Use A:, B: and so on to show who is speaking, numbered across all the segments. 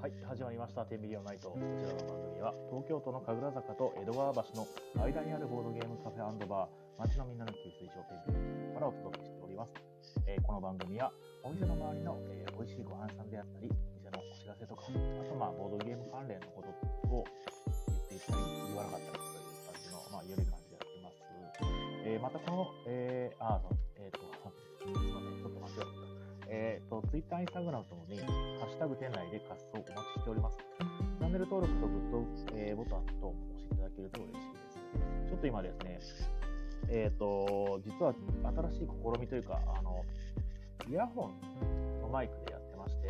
A: はい、始まりました。10ミリオンナイト。こちらの番組は、東京都の神楽坂と江戸川橋の間にあるボードゲームカフェ&バー、街のみんなの給水所10ミリオンからお届けしております。この番組は、お店の周りの、美味しいご飯屋さんであったり、店のお知らせとか、あとボードゲーム関連のことを言っていったり、言わなかったりという感じの、緩い感じでやっています。またこの、すいません、ちょっと間違えた。Twitter、Instagram ともに、ハッシュタグ店内で活動お待ちしております。チャンネル登録とグッド、ボタンと押していただけると嬉しいです。ちょっと今ですね、実は新しい試みというか、イヤホンのマイクでやってまして、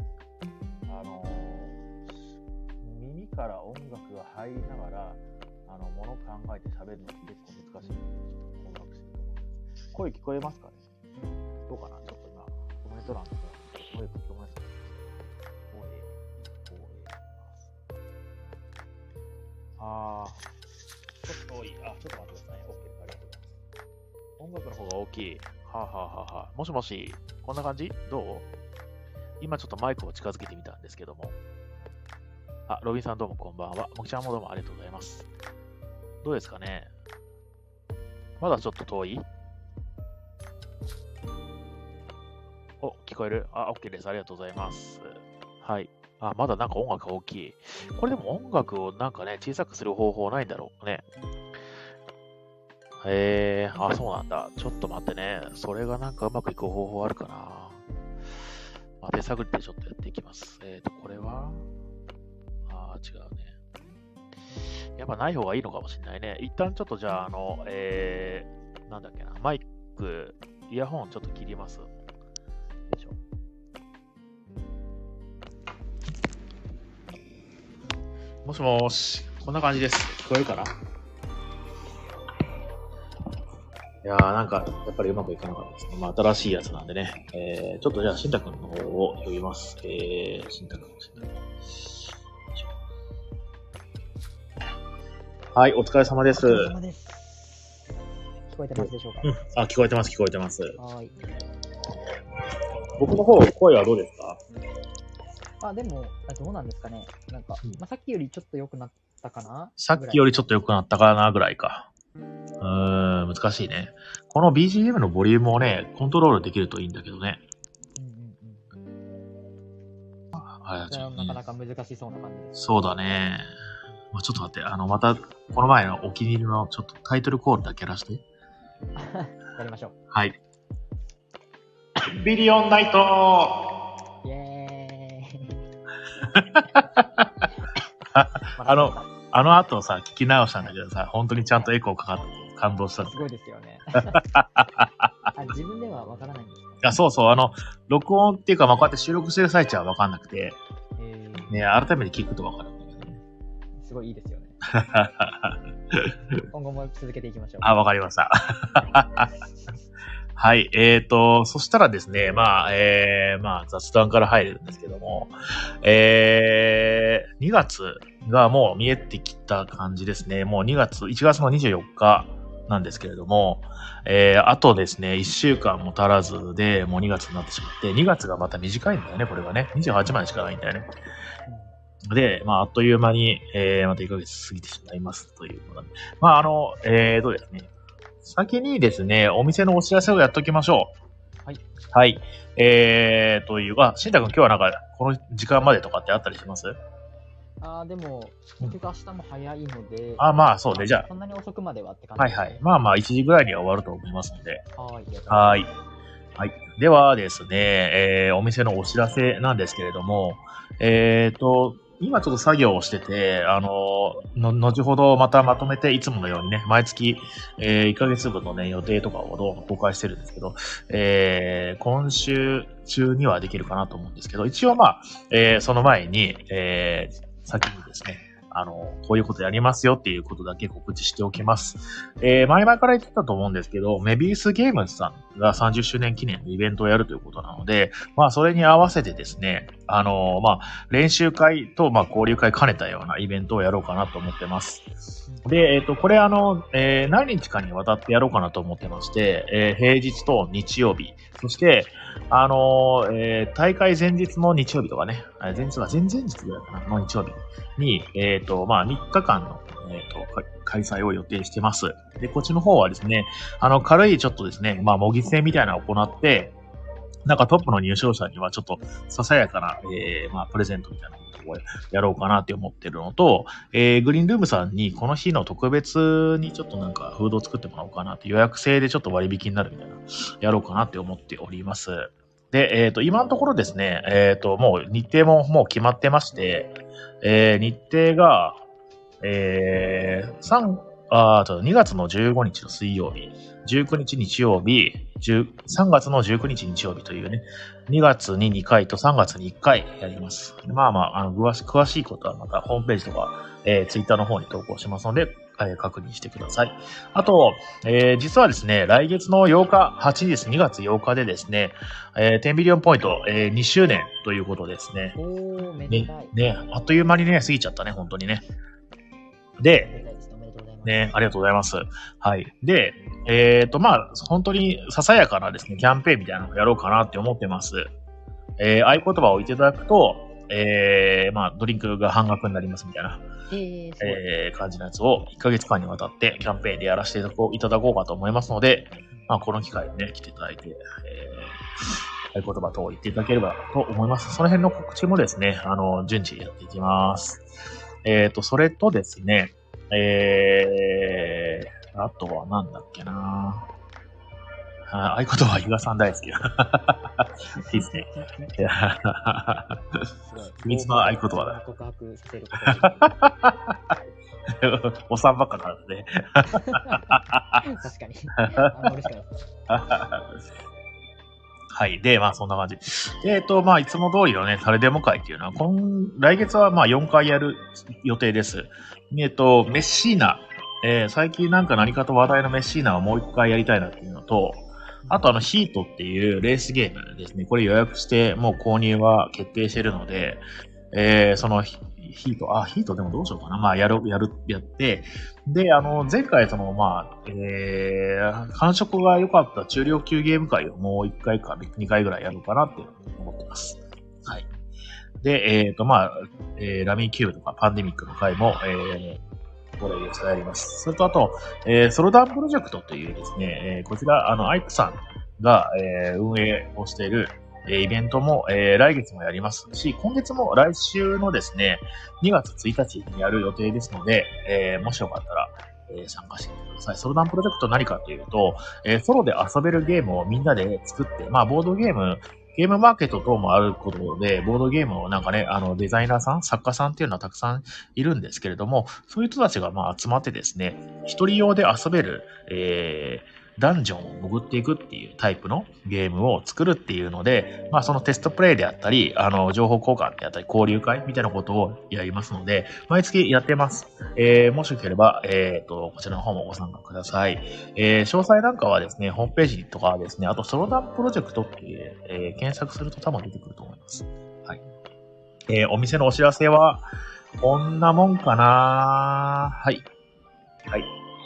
A: 耳から音楽が入りながら、物を考えて喋るのって結構難しいので、ちょっと困惑してると思います。声聞こえますかね？どうかな？ちょっと今、コメント欄の方に声聞こえますか？ちょっと多い。ちょっと待ってください。OK、ありがとうございます。音楽の方が大きい。もしもし、こんな感じ？どう？今ちょっとマイクを近づけてみたんですけども。ロビンさんどうもこんばんは。もきちゃんもどうもありがとうございます。どうですかね？まだちょっと遠い？聞こえる？OK です。ありがとうございます。はい。まだなんか音楽が大きい。これでも音楽をなんかね、小さくする方法ないんだろうね。そうなんだ。ちょっと待ってね。それがなんかうまくいく方法あるかな。手探りでちょっとやっていきます。これは違うね。やっぱない方がいいのかもしれないね。一旦ちょっとじゃあ、なんだっけな。マイク、イヤホンちょっと切ります。よいしょ。もしもーし。こんな感じです。聞こえるかな？いやー、なんか、やっぱりうまくいかなかったですね。新しいやつなんでね。ちょっとじゃあ、しんたくんの方を呼びます。しんたくん。はい、お疲れ様です。
B: お疲れ様です。聞こえてますでしょうか？
A: 聞こえてます、聞こえてます。
B: はい。
A: 僕の方、声はどうですか？
B: でも、どうなんですかね。なんか、さっきよりちょっと良くなったかな？
A: さっきよりちょっと良くなったかなぐらいか。難しいね。この BGM のボリュームをね、コントロールできるといいんだけどね。
B: なかなか難しそうな感じです。
A: そうだね。ちょっと待って、また、この前のお気に入りのちょっとタイトルコールだけやらして。
B: やりましょう。
A: はい。ビリオンナイト
B: イエーイ
A: あの後さ、聞き直したんだけどさ、本当にちゃんとエコーかかって感動した。
B: すごいですよね。自分ではわからないんです
A: か？そうそう、録音っていうか、こうやって収録してる最中はわかんなくて、ね、改めて聞くとわかるんだけどね。
B: すごいいいですよね。今後も続けていきましょう。
A: わかりました。はい。そしたらですね、雑談から入るんですけども、2月がもう見えてきた感じですね。もう1月の24日なんですけれども、あとですね、1週間も足らずで、もう2月になってしまって、2月がまた短いんだよね、これがね。28までしかないんだよね。で、あっという間に、また1ヶ月過ぎてしまいますということで。どうですね。先にですね、お店のお知らせをやっときましょう。
B: はい。
A: はい。しんたくん今日はなんか、この時間までとかってあったりします？
B: でも、結局明日も早いので。
A: そうね、じゃあ。
B: そんなに遅くまではって感じですね。
A: 1時ぐらいには終わると思いますので。
B: はい。
A: ではですね、お店のお知らせなんですけれども、今ちょっと作業をしてて、後ほどまたまとめていつものようにね、毎月、1ヶ月分のね、予定とかを公開してるんですけど、今週中にはできるかなと思うんですけど、一応その前に、先にですね、こういうことやりますよっていうことだけ告知しておきます。前々から言ってたと思うんですけど、メビウスゲームズさんが30周年記念のイベントをやるということなので、それに合わせてですね、 練習会と、交流会兼ねたようなイベントをやろうかなと思ってます。で、これ何日かにわたってやろうかなと思ってまして、平日と日曜日、そして、大会前日の日曜日とかね、前々日ぐらいかな、の日曜日に、3日間の、開催を予定してます。で、こっちの方はですね、軽いちょっとですね、模擬戦みたいなのを行って、なんかトップの入賞者にはちょっとささやかな、プレゼントみたいなことをやろうかなって思ってるのと、グリーンルームさんにこの日の特別にちょっとなんかフードを作ってもらおうかなって予約制でちょっと割引になるみたいな、やろうかなって思っております。で、今のところですね、もう日程ももう決まってまして、日程が、2月の15日の水曜日、19日日曜日、3月の19日日曜日というね、2月に2回と3月に1回やります。詳しいことはまたホームページとか、ツイッターの方に投稿しますので、確認してください。あと、実はですね、来月の8日、8日です、2月8日でですね、10ビリオンポイント、2周年ということですね。
B: めでたい。
A: ね、あっという間にね、過ぎちゃったね、本当にね。で、ね、ありがとうございます。はい。で、本当にささやかなですね、キャンペーンみたいなのをやろうかなって思ってます。合言葉をいただくと、ドリンクが半額になりますみたいな、感じのやつを1ヶ月間にわたってキャンペーンでやらせていただこうかと思いますので、この機会にね、来ていただいて、合言葉等を言っていただければと思います。その辺の告知もですね、順次やっていきます。それとですね、あとはなんだっけな合言葉は伊賀さん大好き。いいですね。秘密の合言葉だ。
B: 告白させることが
A: お産ばっかからですね。
B: 確かに。嬉しかったです。
A: はい。で、そんな感じ。で、いつも通りのね、タレデモ会っていうのは、来月は4回やる予定です。メッシーナ、最近何かと話題のメッシーナをもう1回やりたいなっていうのと、あとヒートっていうレースゲームですね。これ予約して、もう購入は決定してるので、そのヒートでもどうしようかな。やって、で、前回感触が良かった中量級ゲーム会をもう1回か2回ぐらいやろうかなって思ってます。はい。で、ラミーキューブとかパンデミックの回も、これやります。それとあと、ソロダンプロジェクトというですね、こちら、アイクさんが、運営をしている、イベントも、来月もやりますし、今月も来週のですね、2月1日にやる予定ですので、もしよかったら、参加してみてください。ソロダンプロジェクト何かというと、ソロで遊べるゲームをみんなで作って、ボードゲームマーケット等もあることで、ボードゲームをデザイナーさん、作家さんっていうのはたくさんいるんですけれども、そういう人たちが集まってですね、一人用で遊べる、ダンジョンを潜っていくっていうタイプのゲームを作るっていうので、そのテストプレイであったり、情報交換であったり、交流会みたいなことをやりますので、毎月やってます。もしよければ、こちらの方もご参加ください。詳細なんかはですね、ホームページとかはですね、あとソロダンプロジェクトっていう、検索すると多分出てくると思います。はい。お店のお知らせは、こんなもんかな。はい。はい。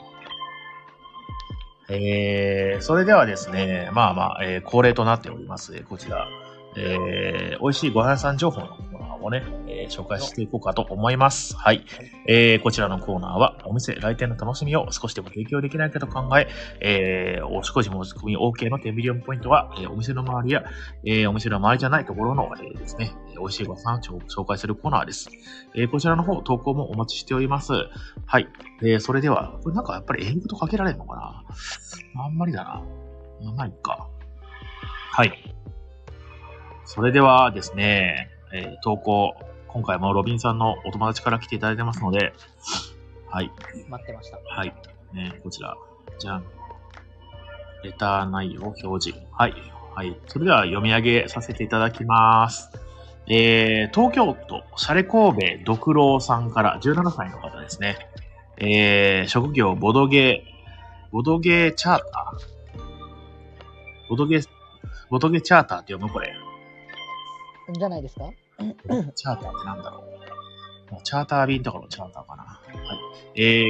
A: それではですね、恒例となっております、こちら、美味しいご飯屋さん情報のコーナーをね、紹介していこうかと思います。はい。こちらのコーナーは、お店、来店の楽しみを少しでも提供できないかと考え、お食事申し込み OK の10ビリオンポイントは、お店の周りや、お店の周りじゃないところの、ですね、美味しいご飯さんを紹介するコーナーです。こちらの方、投稿もお待ちしております。はい。それでは、これやっぱり英語とかけられるのかな？あんまりだな。いっか。はい。それではですね、投稿、今回もロビンさんのお友達から来ていただいてますので、はい。
B: 待ってました。
A: はい。こちら、じゃん。レター内容表示。はい。はい。それでは読み上げさせていただきます。東京都、シャレ神戸独郎さんから17歳の方ですね。職業、ボドゲーチャーターボドゲチャーターって読むこれ。
B: じゃないですか？
A: チャーターってなんだろう。チャーター便とかのチャーターかな。はい。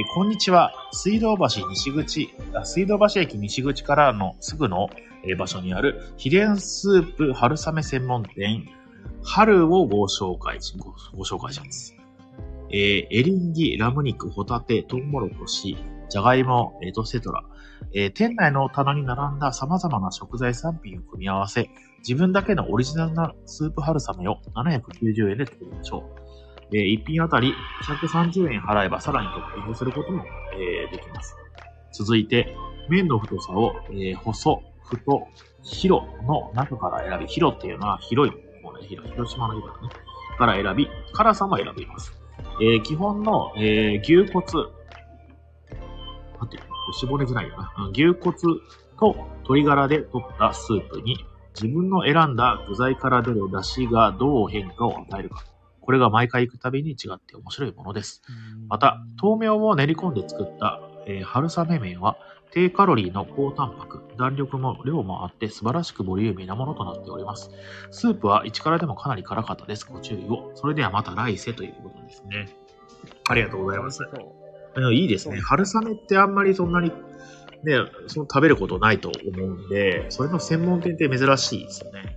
A: こんにちは。水道橋駅西口からのすぐの場所にある秘伝スープ春雨専門店、春をご紹介します。エリンギ、ラム肉、ホタテ、トウモロコシ、ジャガイモ、エトセトラ。店内の棚に並んだ様々な食材3品を組み合わせ、自分だけのオリジナルなスープ春雨を790円で作りましょう。1品あたり130円払えばさらにトッピングすることも、できます。続いて、麺の太さを、細、太、広の中から選び、広っていうのは広い方ね、広島の広ね、から選び、辛さも選びます。基本の、牛骨、絞れづらいよな。牛骨と鶏ガラで取ったスープに自分の選んだ具材から出る出汁がどう変化を与えるか。これが毎回行くたびに違って面白いものです。また、豆苗を練り込んで作った、春雨麺は低カロリーの高タンパク、弾力も量もあって素晴らしくボリューミーなものとなっております。スープは1辛でもかなり辛かったです。ご注意を。それではまた来世ということですね。ありがとうございます。いいですね。春雨ってあんまりそんなにね、食べることないと思うんで、それの専門店って珍しいですよね。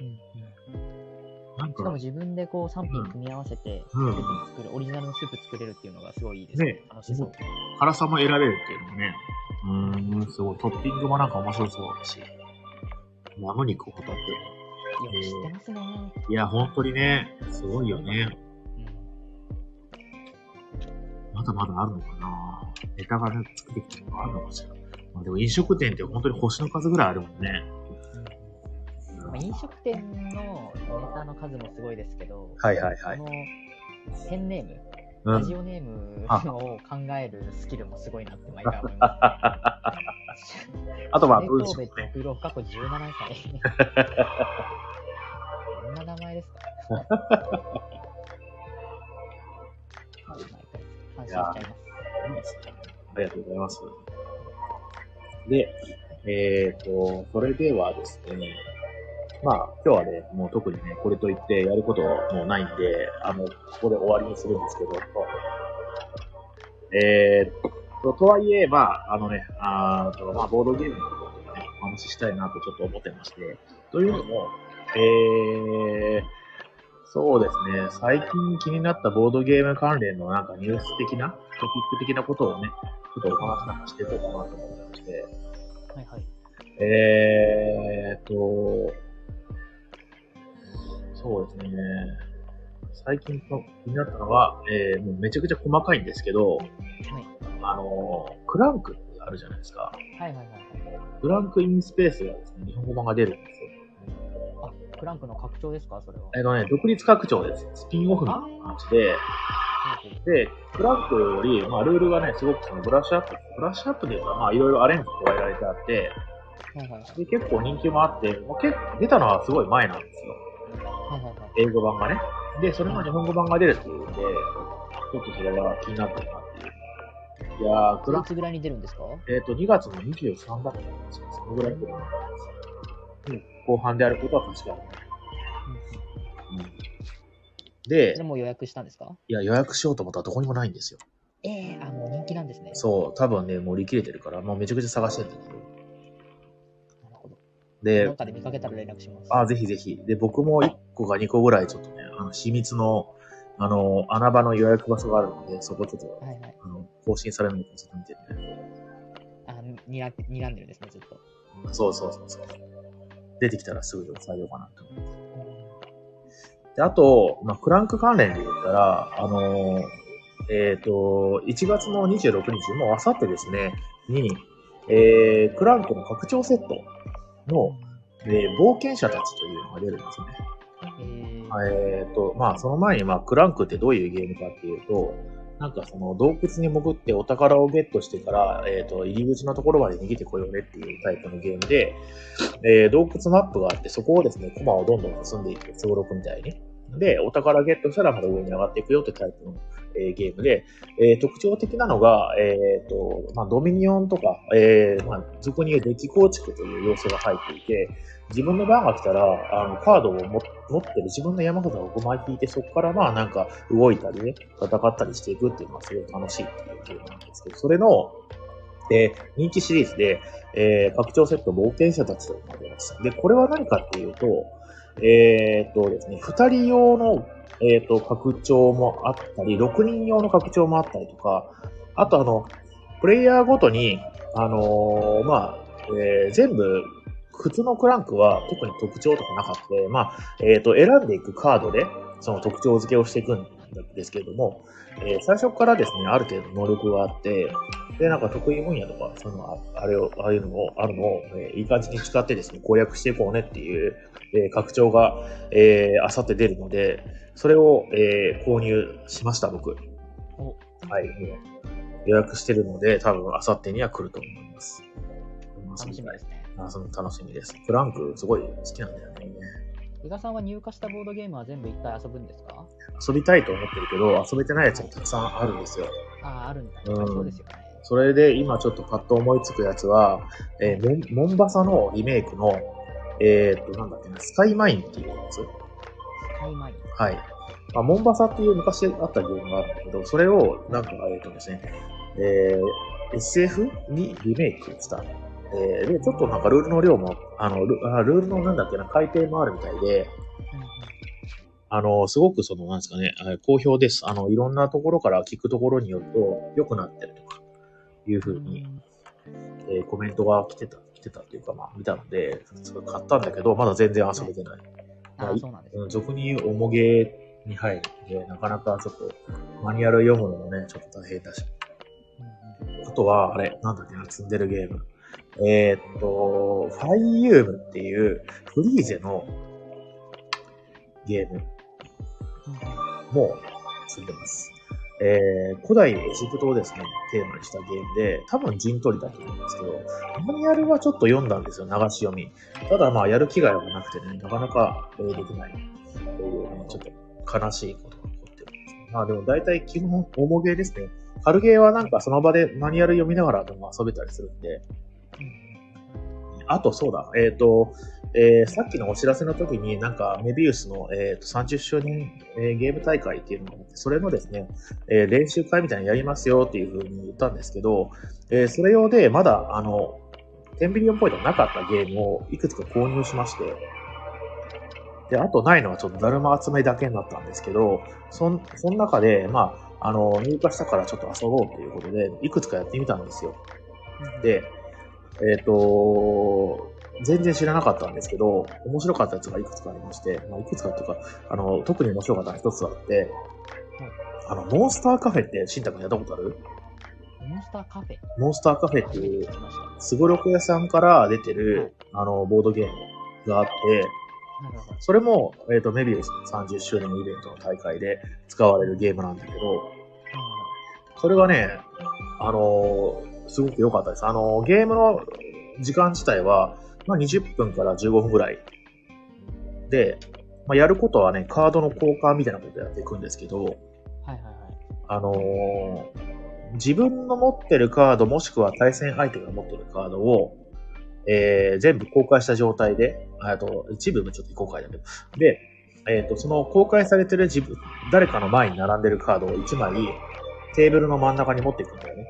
B: しかも自分でこう3品組み合わせて、オリジナルのスープ作れるっていうのがすごいいいですね。楽しそう。
A: 辛さも選べるっていうのもね、すごい。トッピングもなんか面白そうだし。ラム肉ホタテ。
B: よく知ってますね。
A: いや、本当にね、すごいよね。まだまだあるのかな。ネタがね、作ってきたのがあるのかしら。でも飲食店って本当に星の数ぐらいあるもんね。
B: 飲食店のネタの数もすごいですけど、
A: はい。
B: このペンネーム、ラジオネームを考えるスキルもすごいなって毎回思います、ね。
A: あとは
B: 文章ね。プロ過去17歳。どんな名前ですか？感心しちゃいます。
A: ありがとうございます。で、それではですね、まあ、今日はね、もう特にね、これといってやることもうないんで、ここで終わりにするんですけど、とはいえ、まあ、ボードゲームのことをね、お話ししたいなとちょっと思ってまして、というのも、そうですね、最近気になったボードゲーム関連のなんかニュース的な、トピック的なことをね、ちょっとお話なんかしていこうかなと思ってまして、そうですね。最近気になったのは、もうめちゃくちゃ細かいんですけど、クランクってあるじゃないですか。クランクインスペースがですね、日本語版が出るんですよ。
B: クランクの拡張ですか、それは。
A: 独立拡張です。スピンオフみたいな感じで、で、クランクより、ルールがね、すごくブラッシュアップでいうか、いろいろアレンジ加えられてあって、で結構人気もあって、出たのはすごい前なんですよ。英語版がね。で、それの日本語版が出るっていうんで、ちょっとそれが気になってるなっていう。いやー、
B: いつぐらいに出るんですか
A: ？2月の23だったんですよ。そのぐらい出るんですよ。後半であることは確かに。で、
B: それも予約したんですか？
A: いや、予約しようと思ったらどこにもないんですよ。
B: もう人気なんですね。
A: そう、多分ね、もう売り切れてるから、もうめちゃくちゃ探してるんだけど。
B: なるほど。
A: で、
B: どっかで見かけたら連絡します。
A: ぜひぜひ。で、僕も1個か2個ぐらいちょっとね、秘密の、穴場の予約場所があるので、そこちょっと、更新されるのかちょっと見て
B: ね。睨んでるんですね、ずっと。
A: そう。出てきたらすぐ採用かなと思います。で、あと、クランク関連で言ったら、1月の26日、もうあさってですね、に、クランクの拡張セットの、冒険者たちというのが出るんですね。その前に、クランクってどういうゲームかっていうと、なんかその洞窟に潜ってお宝をゲットしてから、入り口のところまで逃げてこようねっていうタイプのゲームで、洞窟マップがあって、そこをですね、コマをどんどん進んでいって、すごろくみたいに。 で、お宝ゲットしたらまた上に上がっていくよってタイプの、ゲームで、特徴的なのが、ドミニオンとか、俗に言うデッキ構築という要素が入っていて、自分の番が来たら、カードを持ってる自分の山札を5枚引いて、そこから動いたりね、戦ったりしていくっていうのがすごい楽しいっていうゲームなんですけど、それの、人気シリーズで、拡張セット冒険者たちというのが出ました。で、これは何かっていうと、ですね、2人用の、拡張もあったり、6人用の拡張もあったりとか、あとプレイヤーごとに、全部、普通のクランクは特に特徴とかなかった選んでいくカードで、その特徴付けをしていくんですけれども、最初からですね、ある程度能力があって、で、得意分野とか、ああいうのを、いい感じに使ってですね、攻略していこうねっていう、拡張が、あさって出るので、それを、購入しました、僕。はい。予約してるので、多分、あさってには来ると思います。
B: 楽しみですね。
A: 楽しみです。クランク、すごい好きなんだよね。
B: 伊賀さんは入荷したボードゲームは全部一回遊ぶんですか？
A: 遊びたいと思ってるけど、遊べてないやつもたくさんあるんですよ。
B: あるんだ。そうですよね。
A: それで今ちょっとパッと思いつくやつは、モンバサのリメイクの、スカイマインっていうやつ。ス
B: カイマイン。
A: はい。モンバサっていう昔あったゲームがあるんだけど、それをですね、SF にリメイクした。で、ちょっとルールの量も、ルールの改定もあるみたいで、すごく好評です。いろんなところから聞くところによると良くなってるとか、いうふうに、コメントが来てたっていうか、見たので、買ったんだけど、まだ全然遊べてない。
B: そうなんです、ね。
A: 俗に言う重ゲーに入るので、なかなかちょっと、マニュアル読むのもね、ちょっと大変だし。あとは、積んでるゲーム。ファイユームっていうフリーゼのゲームも積んでます。古代エジプトをですね、テーマにしたゲームで、多分陣取りだと思うんですけど、マニュアルはちょっと読んだんですよ、流し読み。ただやる気がなくてね、なかなかできないという、ちょっと悲しいことが起こってるんです。でも大体基本、重ゲーですね。軽ゲーはその場でマニュアル読みながらでも遊べたりするんで、あとそうだ、さっきのお知らせの時にメビウスの、30周年、ゲーム大会っていうのがあって、それのですね、練習会みたいなのやりますよっていう風に言ったんですけど、それ用でまだ10ビリオンポイントなかったゲームをいくつか購入しまして、で、あとないのはちょっとだるま集めだけになったんですけど、その中で、入荷したからちょっと遊ぼうということで、いくつかやってみたんですよ。で、全然知らなかったんですけど、面白かったやつがいくつかありまして、いくつかっていうか、特に面白かったの一つあって、モンスターカフェって新宅やったことある？
B: モンスターカフェ？
A: モンスターカフェっていう、すごろく屋さんから出てる、ボードゲームがあって、それも、メビウス30周年イベントの大会で使われるゲームなんだけど、それがね、すごく良かったです。ゲームの時間自体は、20分から15分ぐらい。で、やることはね、カードの交換みたいなことをやっていくんですけど、自分の持ってるカードもしくは対戦相手が持ってるカードを、全部公開した状態で、一部もちょっと公開だけど、で、その公開されてる誰かの前に並んでるカードを1枚テーブルの真ん中に持っていくんだよね。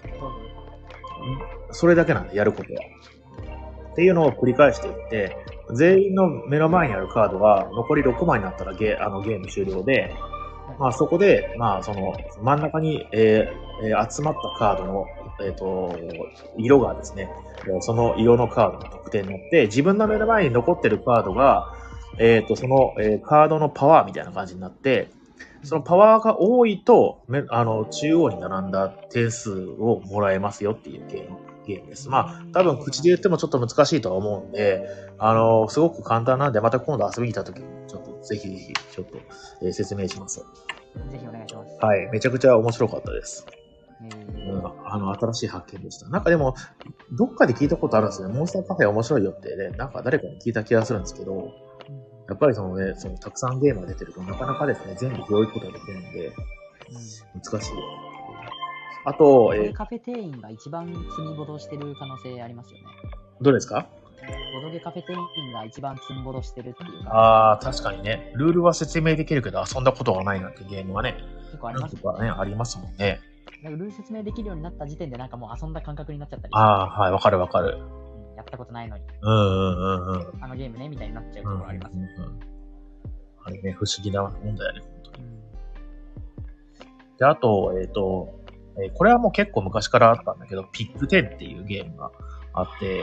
A: それだけなんで、やることは。っていうのを繰り返していって、全員の目の前にあるカードが残り6枚になったらゲーム終了で、そこで、その真ん中に、集まったカードの、色がですね、その色のカードの得点になって、自分の目の前に残ってるカードが、その、カードのパワーみたいな感じになって、そのパワーが多いと、中央に並んだ点数をもらえますよっていうゲームです。多分口で言ってもちょっと難しいとは思うんで、すごく簡単なんで、また今度遊びに来た時に、ちょっとぜひぜひ、ちょっと、説明します。
B: ぜひお願いします。
A: はい、めちゃくちゃ面白かったです。新しい発見でした。でも、どっかで聞いたことあるんですね。モンスターカフェ面白いよってね、誰かに聞いた気がするんですけど、 やっぱりそのね、たくさんゲームが出てるとなかなかですね、全部拾うことができないんで、難しいよ。あと、
B: カフェ店員が一番積みボドしてる可能性ありますよね。
A: どれですか？
B: ボドゲカフェ店員が一番積みボドしてるっていうか。
A: ああ、確かにね。ルールは説明できるけど遊んだことがないなんてゲームはね、
B: 結構あります
A: よね。ありますもんね。
B: なんかルール説明できるようになった時点でなんかもう遊んだ感覚になっちゃったりして。
A: ああ、はい、わかるわかる。
B: やったことないのに。
A: あ
B: のゲームね、みたいになっちゃうところあります。
A: あれね、不思議なもんだよね、本当に。で、あと、これはもう結構昔からあったんだけど、ピック10っていうゲームがあって、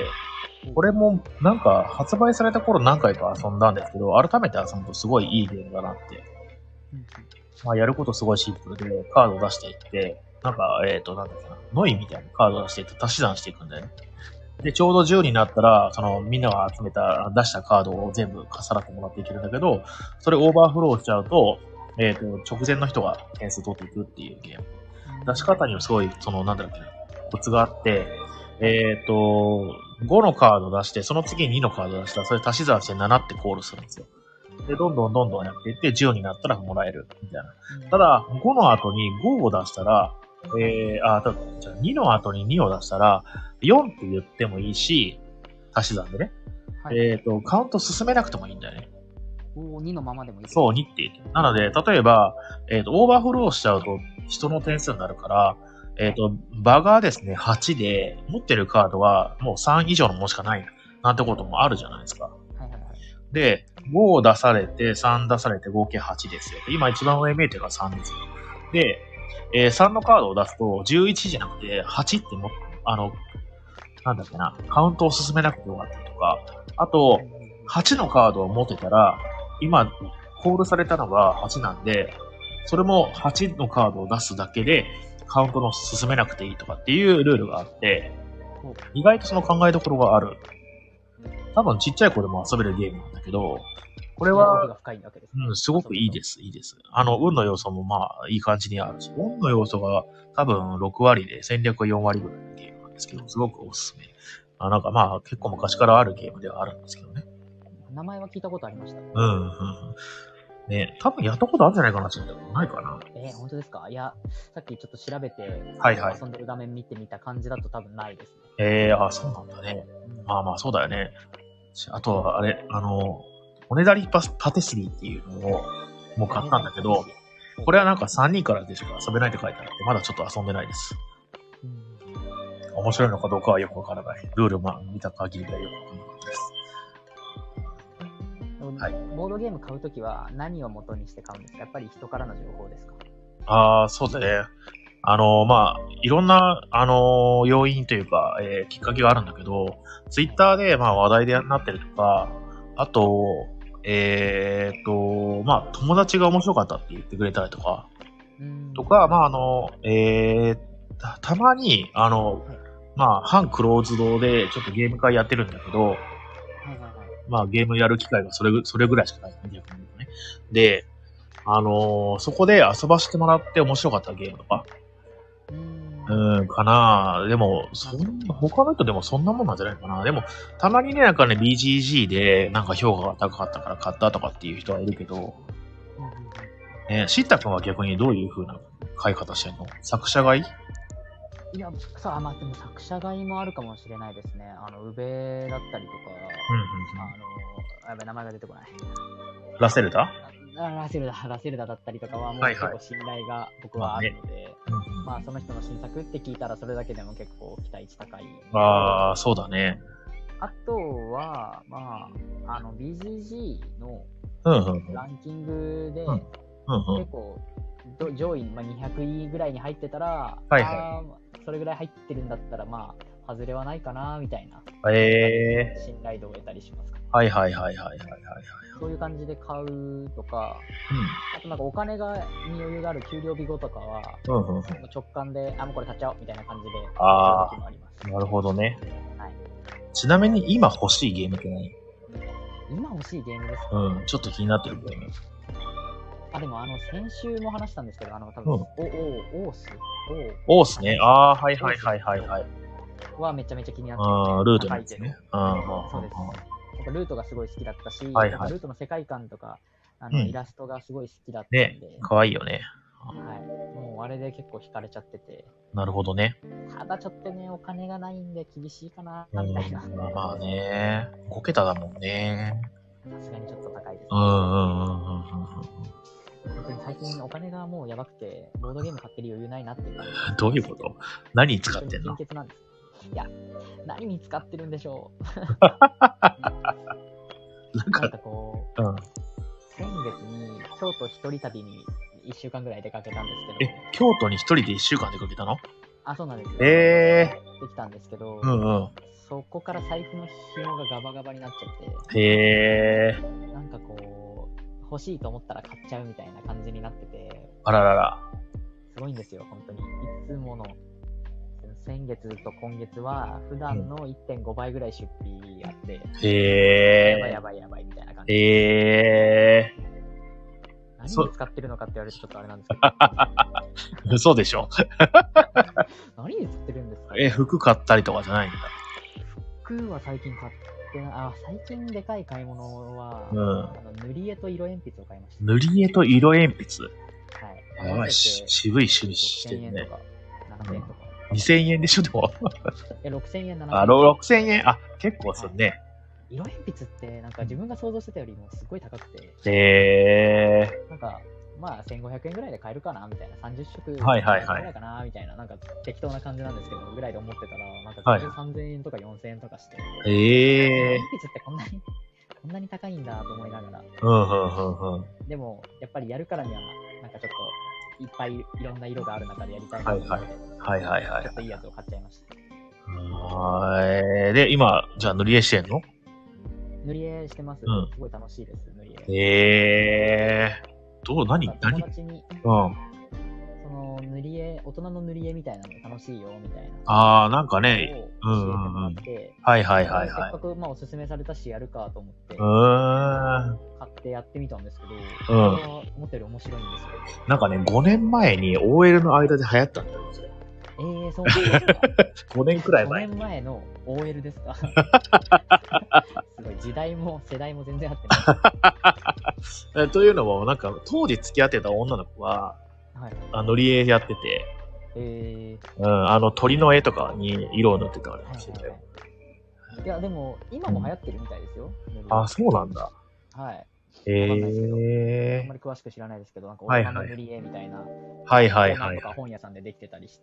A: これもなんか発売された頃何回か遊んだんですけど、改めて遊ぶとすごいいいゲームだなって。まあやることすごいシンプルで、カードを出していって、なんか、なんだっけな、ノイみたいなカードを出していって足し算していくんだよね。で、ちょうど10になったら、みんなが出したカードを全部さらってもらっていけるんだけど、それオーバーフローしちゃうと、直前の人が点数取っていくっていうゲーム。出し方にもすごい、なんだろう、コツがあって、5のカード出して、その次に2のカード出したら、それ足し算して7ってコールするんですよ。で、どんどんやっていって、10になったらもらえる、みたいな。ただ、5の後に5を出したら、じゃあ2の後に2を出したら、4って言ってもいいし、足し算でね。カウント進めなくてもいいんだよね。
B: 2のままでもいい。
A: そう、2って言って。なので、例えば、オーバーフローしちゃうと人の点数になるから、場がですね、8で、持ってるカードはもう3以上のものしかない、なんてこともあるじゃないですか。で、5を出されて、3出されて合計8ですよ。今一番上見えてるのが3ですよ。で、3のカードを出すと、11じゃなくて、8ってなんだっけな、カウントを進めなくてよかったりとか、あと、8のカードを持ってたら、今、コールされたのが8なんで、それも8のカードを出すだけで、カウントの進めなくていいとかっていうルールがあって、意外とその考えどころがある。多分ちっちゃい子でも遊べるゲームなんだけど、これは、すごくいいです、いいです。運の要素もまあ、いい感じにあるし、運の要素が多分6割で戦略は4割ぐらいのゲームなんですけど、すごくおすすめ。なんかまあ、結構昔からあるゲームではあるんですけどね。
B: 名前は聞いたことありました。
A: ね、多分やったことあるんじゃないかなって思ったことないかな。
B: 本当ですか？いや、さっきちょっと調べて、遊んでる画面見てみた感じだと多分ないです
A: ね。そうなんだね。まあまあ、そうだよね。あとは、おねだりパティスリーっていうのを、もう買ったんだけど、これはなんか3人からでしか遊べないって書いてあって、まだちょっと遊んでないです。面白いのかどうかはよくわからない。ルール見た限りではよくわからなかったです。
B: ボードゲーム買うときは何を元にして買うんですか？やっぱり人からの情報ですか？
A: そうだね。まあ、いろんな、要因というか、きっかけがあるんだけど、ツイッターで、まあ、話題でなってるとか、あと、まあ、友達が面白かったって言ってくれたりとか、まあ、たまに、まあ、反クローズドでちょっとゲーム会やってるんだけど、まあ、ゲームやる機会がそれぐらいしかないんだけどね。で、そこで遊ばせてもらって面白かったゲームとか、かな。でも、他の人でもそんなもんなんじゃないかな。でも、たまにね、なんかね、BGG で、なんか評価が高かったから買ったとかっていう人はいるけど、シッタ君は逆にどういう風な買い方してんの？作者買い？
B: いや、まあでも作者買いもあるかもしれないですね。ウベだったりとか、やばい、名前が出てこない。
A: ラセルダ
B: だったりとかはもう結構信頼が僕はあるので、まあその人の新作って聞いたらそれだけでも結構期待値高い。
A: そうだね。
B: あとは、まあ、BGG のランキングで、結構上位、200位ぐらいに入ってたら、それぐらい入ってるんだったら、まあ、外れはないかな、みたいな。信頼度を得たりしますかね。そういう感じで買うとか、あとなんかお金に余裕がある給料日後とかは、直感で、もうこれ買っちゃおうみたいな感じで買っちゃう時もあります。
A: なるほどね。ちなみに今欲しいゲームって何？
B: 今欲しいゲームですか？
A: ちょっと気になってるゲーム。
B: でも先週も話したんですけど、多分、
A: オースね。はい。
B: はめちゃめちゃ気になって
A: ルートですね。
B: そうです。 ぱルートがすごい好きだったし、
A: はいはい、
B: ルートの世界観とか、イラストがすごい好きだったんで。
A: ね、かわいいよね。
B: はい。もうあれで結構惹かれちゃってて。
A: なるほどね。
B: ただちょっとね、お金がないんで厳しいかな、みたいな。
A: まあね、5桁だもんね。
B: さすがにちょっと高いですね。
A: 本
B: 当に最近お金がもうやばくて、ボードゲーム買ってる余裕ないなっていう。
A: どういうこと？何に使ってんの？
B: 金欠なんです。いや、何に使ってるんでしょう。なんかこう、先月に京都一人旅に1週間ぐらい出かけたんですけど。
A: 京都に一人で1週間出かけたの？
B: あ、そうなんですよ。
A: で
B: きたんですけど、そこから財布の紐がガバガバになっちゃって。なんかこう、欲しいと思ったら買っちゃうみたいな感じになってて。
A: あららら。
B: すごいんですよ、本当に。いつもの、先月と今月は普段の 1.5 倍ぐらい出費あって。やばいみたいな感じ。何に使ってるのかって言われてちょっとあれなんですけど。
A: 嘘でしょ。
B: 何に使ってるんですか？
A: 服買ったりとかじゃないんだ。
B: 服は最近買ってない。最近でかい買い物は、塗り絵と色鉛筆を買いました。塗り絵と色鉛筆？はい。渋い趣味してるね。6000円とか、7000円とか。2000円でしょ、でも。6000円、7000円。6000円。結構するね。色鉛筆ってなんか自分が想像してたよりもすごい高くて。なんか、まあ1500円ぐらいで買えるかなみたいな。30色ぐらいかなみたいな。なんか適当な感じなんですけど、ぐらいで思ってたら、なんか3000円とか4000円とかして。色鉛筆ってこんなに高いんだと思いながら。でも、やっぱりやるからには、なんかちょっと、いっぱいいろんな色がある中でやりたいなと思って、ちょっといいやつを買っちゃいました。
A: で、今、じゃあ塗り絵してんの？
B: 塗り絵してます。すごい楽しいです、塗り絵。友達に、その塗り絵、大人の塗り絵みたいなの楽しいよ、みたいな。なんかね、教えてもらって、せっかくおすすめされたしやるかと思って、買ってやってみたんですけど、思ったより面白いんですよ。なんかね、5年前に OL の間で流行ったんだよ、それ。そうなんですか。5年くらい前。5年前の OL ですか。すごい、時代も世代も全然合ってない。
A: というのも、なんか、当時付き合ってた女の子は、塗り絵やってて、鳥の絵とかに色を塗ってたからしてたよ。
B: いや、でも、今も流行ってるみたいですよ。
A: そうなんだ。
B: はい。あんまり詳しく知らないですけど、なんか大人の塗り絵みたいな、なんか本屋さんでできてたりして。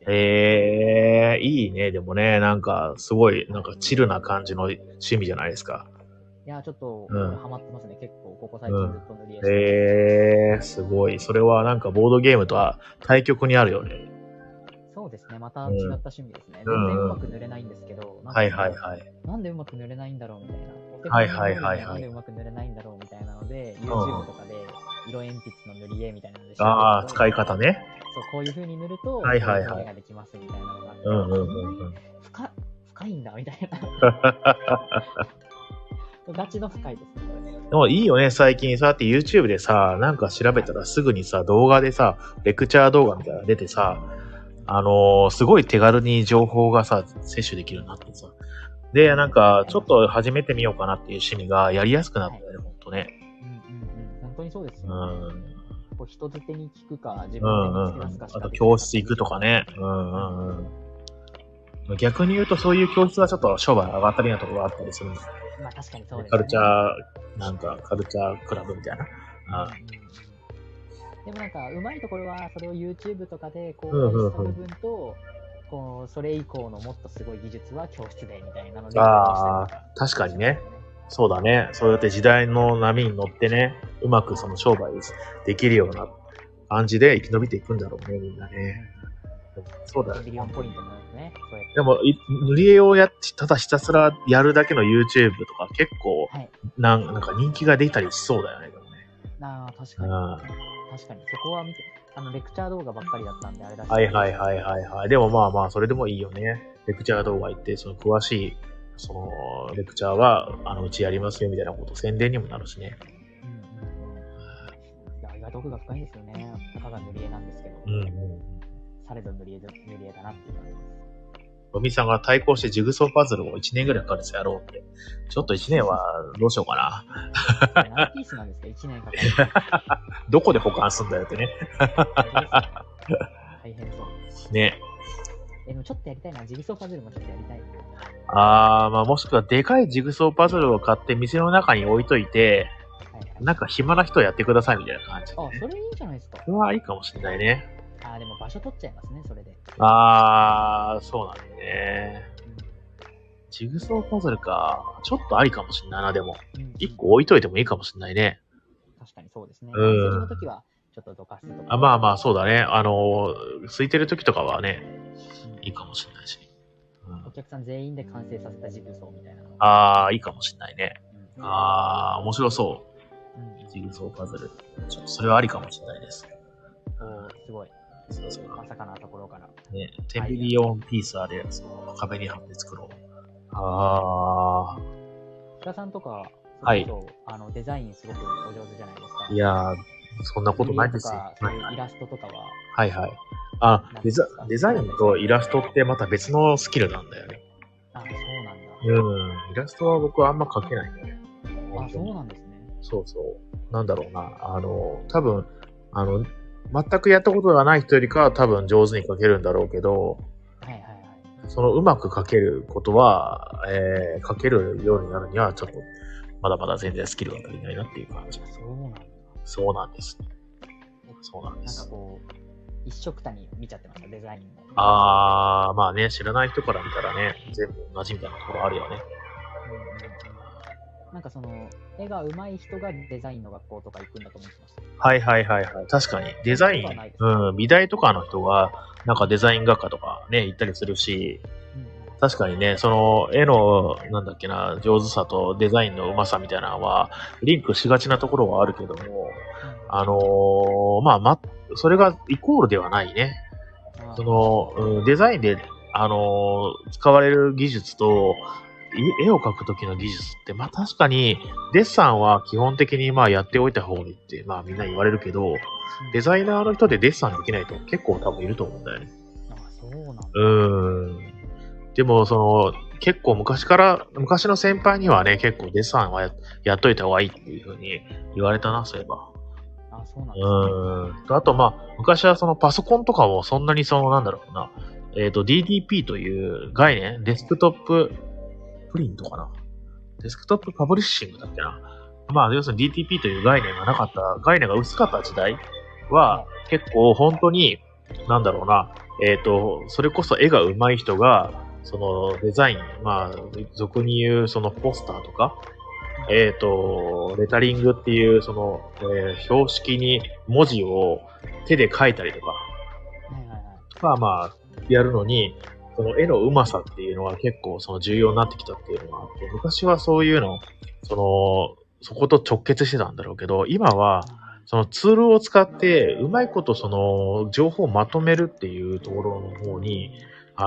A: いいね。でもね、なんかすごいなんかチルな感じの趣味じゃないですか。
B: いや、ちょっとハマってますね。結構ここ最近ずっと塗り絵して
A: すごい。それはなんかボードゲームとは対極にあるよね。
B: そうですね。また違った趣味ですね。全然うまく塗れないんですけど、なんでうまく塗れないんだろうみたいな。なんでうまく塗れないんだろうみたいなので、YouTube とかで色鉛筆の塗り絵みたいなので
A: 使い方ね。
B: そう、こういう風に塗ると、こういう表現ができますみたいなのがあって、深いんだみたいな。ガチの深いですね。
A: でもいいよね、最近そうやって YouTube でさ、なんか調べたらすぐにさ、動画でさ、レクチャー動画みたいなのが出てさ、すごい手軽に情報がさ、摂取できるようになってさ。で、なんか、ちょっと始めてみようかなっていう趣味がやりやすくなったよね、ほんとね。
B: 本当にそうですよ。こう人づてに聞くか、自分で見つけ出すかしか。
A: あと教室行くとかね。逆に言うとそういう教室はちょっと商売上がったりなところがあったりするんです。
B: まあ確かにそうですね。
A: カルチャークラブみたいな。
B: でもなんか、うまいところは、それを YouTube とかで公開した部分と、こう、それ以降のもっとすごい技術は教室でみたいなので。
A: 確かにね。そうだね。そうやって時代の波に乗ってね、うまくその商売できるような感じで生き延びていくんだろうね、みんなね。そうだよね。でも、塗り絵をただひたすらやるだけの YouTube とか結構、なんか人気が出たりしそうだよね、でもね。
B: 確かに。確かに。そこは見て、レクチャー動画ばっかりだったんで、あれだし。
A: はい。でもまあ、それでもいいよね。レクチャー動画行って、その詳しい、その、レクチャーは、うちやりますよ、みたいなこと、宣伝にもなるしね。
B: いや、意外と奥が深いんですよね。たかが塗り絵なんですけど。されど塗り絵だなっていう感じです。
A: のみさんが対抗してジグソーパズルを1年ぐらいかかるんですよ、やろうって。ちょっと1年はどうしようかな。
B: 何ピースなんですか、1年かかる。
A: どこで保管すんだよってね。
B: 大変そう。
A: ね。
B: でもちょっとやりたいな。ジグソーパズルもちょっとやりたいな。
A: まあもしくはでかいジグソーパズルを買って店の中に置いといて、はいはい、なんか暇な人やってくださいみたいな感じ、ね。
B: それいいじゃないですか。
A: それはいいかもしれないね。
B: でも場所取っちゃいますね、それで。
A: そうなんだね。ジグソーパズルか。ちょっとありかもしれないな、でも。1個置いといてもいいかもしれないね。
B: 確かにそうですね。祭りの時はちょっとどかすとか。
A: まあまあ、そうだね。空いてる時とかはね、いいかもしれないし。
B: お客さん全員で完成させたジグソーみたいな。
A: いいかもしれないね。面白そう。ジグソーパズル。ちょっとそれはありかもしれないです。
B: すごい。そうまさかなところから。
A: ね、テンビリオンピースあるやつを壁に貼って作ろう。
B: 平さんとか、
A: はい。
B: デザインすごくお上手じゃないですか。
A: いやー、そんなことないですよ。
B: イラストとかは。
A: はいはい。デザインとイラストってまた別のスキルなんだよね。
B: そうなんだ。
A: イラストは僕はあんま描けないんだね。
B: そうなんですね。
A: そうそう。なんだろうな。多分、全くやったことがない人よりかは多分上手に描けるんだろうけど、そのうまく描けることは、描けるようになるにはちょっと、まだまだ全然スキルが足りないなっていう感じ。そうなんです。そうなんです。
B: なんかこう、一緒くたに見ちゃってました、デザインも。
A: まあね、知らない人から見たらね、全部同じみたいなところあるよね。
B: なんかその、絵が上手い人がデザインの学校とか行くんだと思ってました。
A: はいはいはいはい。確かに。デザイン、美大とかの人が、なんかデザイン学科とかね、行ったりするし、確かにね、その絵の、なんだっけな、上手さとデザインの上手さみたいなのは、リンクしがちなところはあるけども、それがイコールではないね。その、デザインで、使われる技術と、絵を描くときの技術って、まあ確かに、デッサンは基本的にまあやっておいた方がいいって、まあみんな言われるけど、デザイナーの人でデッサンできない人結構多分いると思うんだよね。
B: そうなんだ。
A: でも、結構昔の先輩にはね、結構デッサンはやっといた方がいいっていう風に言われたな、そういえば。
B: そうなんですね。
A: あとまあ、昔はそのパソコンとかもそんなになんだろうな、DDP という概念、デスクトッププリントかな。デスクトップパブリッシングだっけな。まあ、要するに DTP という概念が薄かった時代は、結構本当に、なんだろうな、それこそ絵が上手い人が、そのデザイン、まあ、俗に言うそのポスターとか、レタリングっていうその、標識に文字を手で書いたりとか、まあ、やるのに、その絵の上手さっていうのは結構その重要になってきたっていうのがあって、昔はそういうの、そこと直結してたんだろうけど、今は、そのツールを使って、うまいことその情報をまとめるっていうところの方に、パ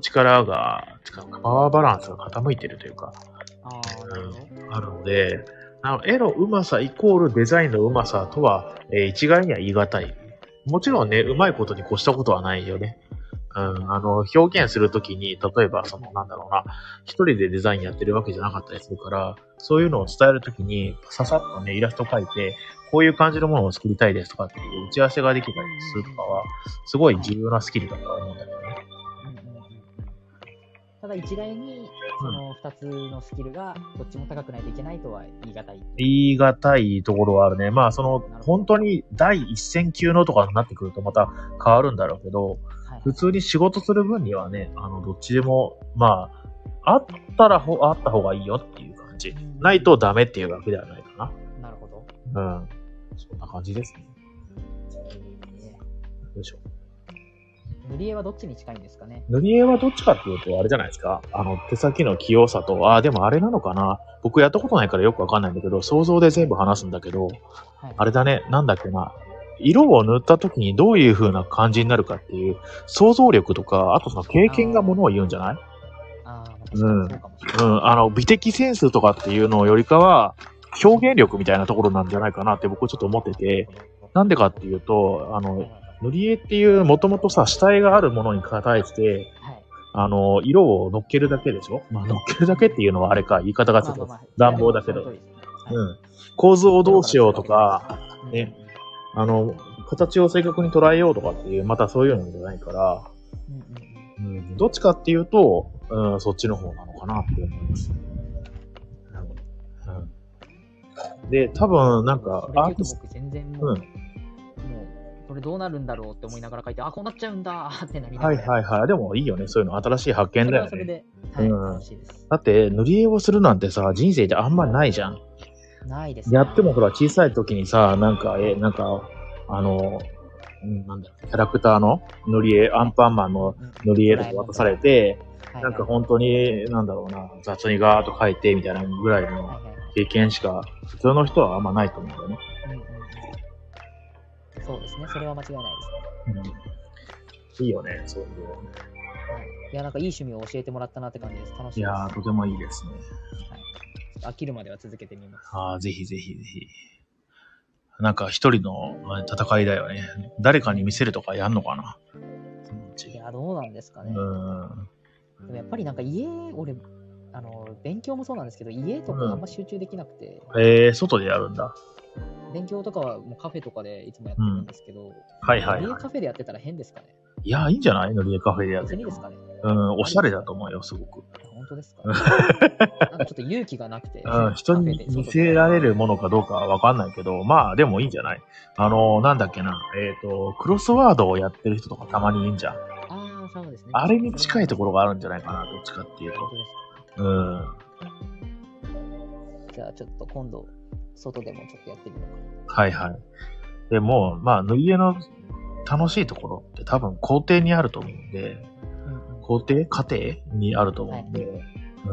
A: ワーバランスが傾いてるというか、あるので、絵の上手さイコールデザインの上手さとは、一概には言い難い。もちろんね、うまいことに越したことはないよね。表現するときに、例えば、なんだろうな、一人でデザインやってるわけじゃなかったりするから、そういうのを伝えるときに、ささっとね、イラスト描いて、こういう感じのものを作りたいですとかっていう打ち合わせができたりするとかは、すごい重要なスキルだと思うんだけどね。
B: ただ一概に、その二つのスキルが、どっちも高くないといけないとは言い難い。
A: 言い難いところはあるね。まあ、本当に第一線級のとかになってくるとまた変わるんだろうけど、普通に仕事する分にはね、どっちでも、まあ、あった方がいいよっていう感じ。ないとダメっていうわけではないかな。
B: なるほど。
A: そんな感じですね。よいしょ。
B: 塗り絵はどっちに近いんですかね？
A: 塗り絵はどっちかっていうと、あれじゃないですか。手先の器用さと、でもあれなのかな。僕やったことないからよくわかんないんだけど、想像で全部話すんだけど、あれだね、なんだっけな。色を塗った時にどういう風な感じになるかっていう想像力とか、あとその経験がものを言うんじゃない？美的センスとかっていうのよりかは、表現力みたいなところなんじゃないかなって僕はちょっと思ってて、なんでかっていうと、塗り絵っていうもともとさ、下絵があるものに対して、 色を乗っけるだけでしょ。まあ、乗っけるだけっていうのはあれか、言い方がちょっと乱暴だけど。構図をどうしようとか、ね、形を正確に捉えようとかっていう、またそういうのじゃないから、どっちかっていうと、そっちの方なのかなって思います。で、多分、なんか、
B: 僕全然もう、これどうなるんだろうって思いながら書いて、こうなっちゃうんだってなりながら。
A: はい。でもいいよね。そういうの新しい発見だよね。
B: それで、楽しいです。
A: だって、塗り絵をするなんてさ、人生であんまりないじゃん。
B: ないですね。
A: やってもほら、小さい時にさ、なんだろう、キャラクターの塗り絵、アンパンマンの塗り絵とか渡されて、なんか本当に、なんだろうな、雑にガーッと描いてみたいなぐらいの経験しか、普通の人はあんまないと思うんだよね。
B: そうですね、それは間違いないですね。
A: いいよね、そういうの。
B: いや、なんかいい趣味を教えてもらったなって感じです。楽しいです。い
A: やー、とてもいいですね。
B: 飽きるまでは続けてみます。
A: ぜひ。なんか一人の戦いだよね。誰かに見せるとかやんのかな。
B: いや、どうなんですかね。でもやっぱりなんか俺、勉強もそうなんですけど、家とかあんま集中できなくて。
A: 外でやるんだ。
B: 勉強とかはもうカフェとかでいつもやってるんですけど、
A: 家
B: カフェでやってたら変ですかね。
A: いや、いいんじゃないのりえカフェでやって。
B: いいですかね。
A: おしゃれだと思うよ、すごく。
B: 本当ですか。なんかちょっと勇気がなくて。
A: 人に見せられるものかどうかはわかんないけど、まあでもいいんじゃない。なんだっけな、クロスワードをやってる人とかたまにいいんじゃん。
B: そうですね。
A: あれに近いところがあるんじゃないかな、どっちかっていうと。
B: じゃあちょっと今度、外でもちょっとやってみようか。
A: はい。でも、まあ、塗り絵の楽しいところって多分工程にあると思うんで、家庭にあると思うんで、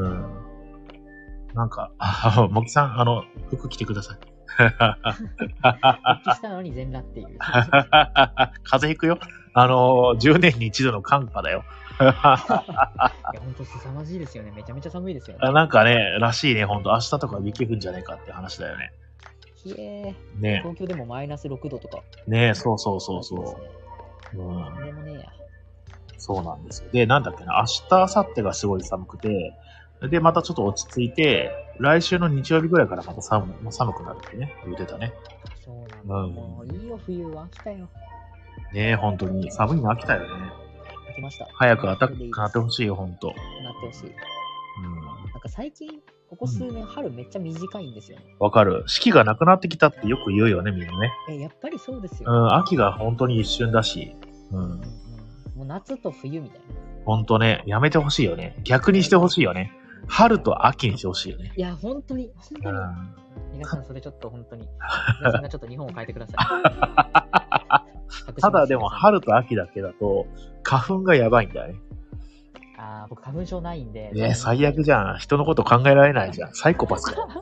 A: なんか、もきさん、服着てください。
B: 復帰したのに全裸っていう。
A: 風邪ひくよ。10年に一度の寒波だよ。
B: いや、ほんと凄まじいですよね。めちゃめちゃ寒いですよね。
A: なんかね、らしいね、ほんと。明日とか雪降るんじゃねえかって話だよね。
B: ね、東京でもマイナス6度とか。
A: ね、そう。
B: でもね
A: そうなんですよ。で、なんだっけな、明日、明後日がすごい寒くて、で、またちょっと落ち着いて、来週の日曜日ぐらいからまた寒くなるってね、言ってたね。
B: そうなんだ。もういいよ、冬は飽きたよ。
A: ねえ、ほんとに。寒いの飽きたよね。
B: 飽きました。
A: 早く暖かくなってほしいよ、ほんと。
B: なってほしい。なんか最近、ここ数年、春めっちゃ短いんですよね。
A: わかる。四季がなくなってきたってよく言うよね、みんなね。
B: やっぱりそうですよ。
A: 秋が本当に一瞬だし。
B: もう夏と冬みたいな。
A: ほんとね、やめてほしいよね。逆にしてほしいよね。春と秋にしてほしいよね。
B: いや、本当に。皆さん、それちょっと本当に。皆さんがちょっと日本を変えてください。
A: ただでも、春と秋だけだと、花粉がやばいんだよね。
B: 僕、花粉症ないんで。
A: 最悪じゃん。人のこと考えられないじゃん。サイコパスじゃん。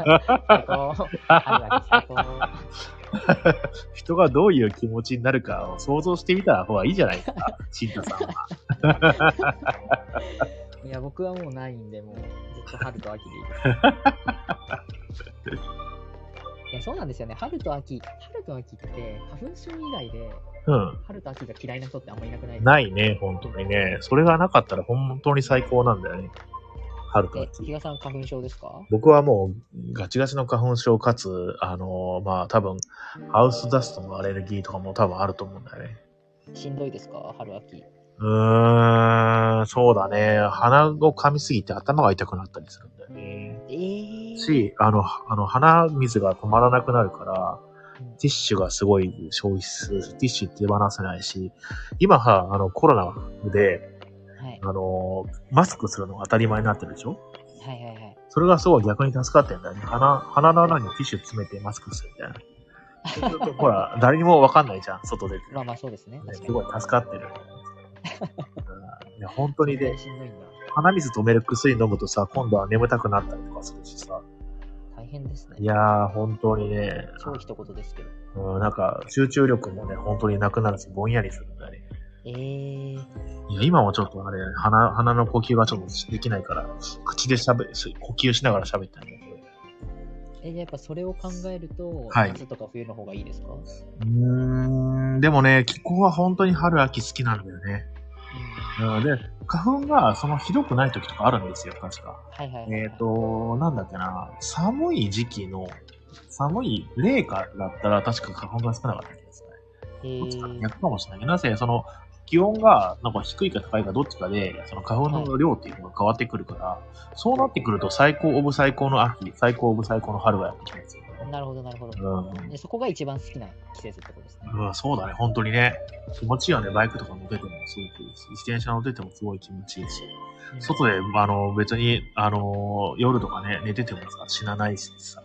A: 人がどういう気持ちになるかを想像してみた方がいいじゃないですか、シンタさんは。
B: いや、僕はもうないんで、もうずっと春と秋でいいです。いや、そうなんですよね。春と秋って花粉症以外で、春と秋が嫌いな人ってあんまいなくないですか？
A: ないね、本当にね。それがなかったら本当に最高なんだよね。春と秋。
B: 比嘉さん花粉症ですか？
A: 僕はもうガチガチの花粉症かつ、まあ多分、ハウスダストのアレルギーとかも多分あると思うんだよね。
B: しんどいですか？春秋。
A: そうだね。鼻を噛みすぎて頭が痛くなったりするんだよね。鼻水が止まらなくなるから、ティッシュがすごい消費する。ティッシュ手放せないし、今コロナで、マスクするのが当たり前になってるでしょ？それがすごい逆に助かってんだよね。鼻の穴にティッシュ詰めてマスクするみたいな。そうするとほら、誰にもわかんないじゃん、外で。
B: まあそうですね。
A: すごい助かってる。いや、本当にね、鼻水止める薬飲むとさ、今度は眠たくなったりとかするしさ。
B: 大変ですね。
A: いやー、本当にね。
B: 超一言ですけど。
A: なんか、集中力もね、本当になくなるし、ぼんやりするんだね。いや、今もちょっと鼻の呼吸がちょっとできないから、口で呼吸しながら喋ってるんだけど。
B: やっぱそれを考えると、夏とか冬の方がいいですか？
A: でもね、気候は本当に春秋好きなんだよね。 で、花粉がそのひどくない時とかあるんですよ、確か。
B: はいはい、
A: なんだっけな、寒い時期の、寒い冷夏だったら確か花粉が少なかったですね。どっちか逆かもしれないけど、なぜその気温がなんか低いか高いかどっちかで、その花粉の量っていうのが変わってくるから、そうなってくると最高オブ最高の秋、最高オブ最高の春がやってきますよね。
B: なるほど、なるほど。でそこが一番好きな季節ってことですね。
A: そうだね、本当にね。気持ちいいよね、バイクとか乗っててもすごくいいし、自転車乗っててもすごい気持ちいいし。外で、別に、夜とかね、寝ててもさ、死なないしさ。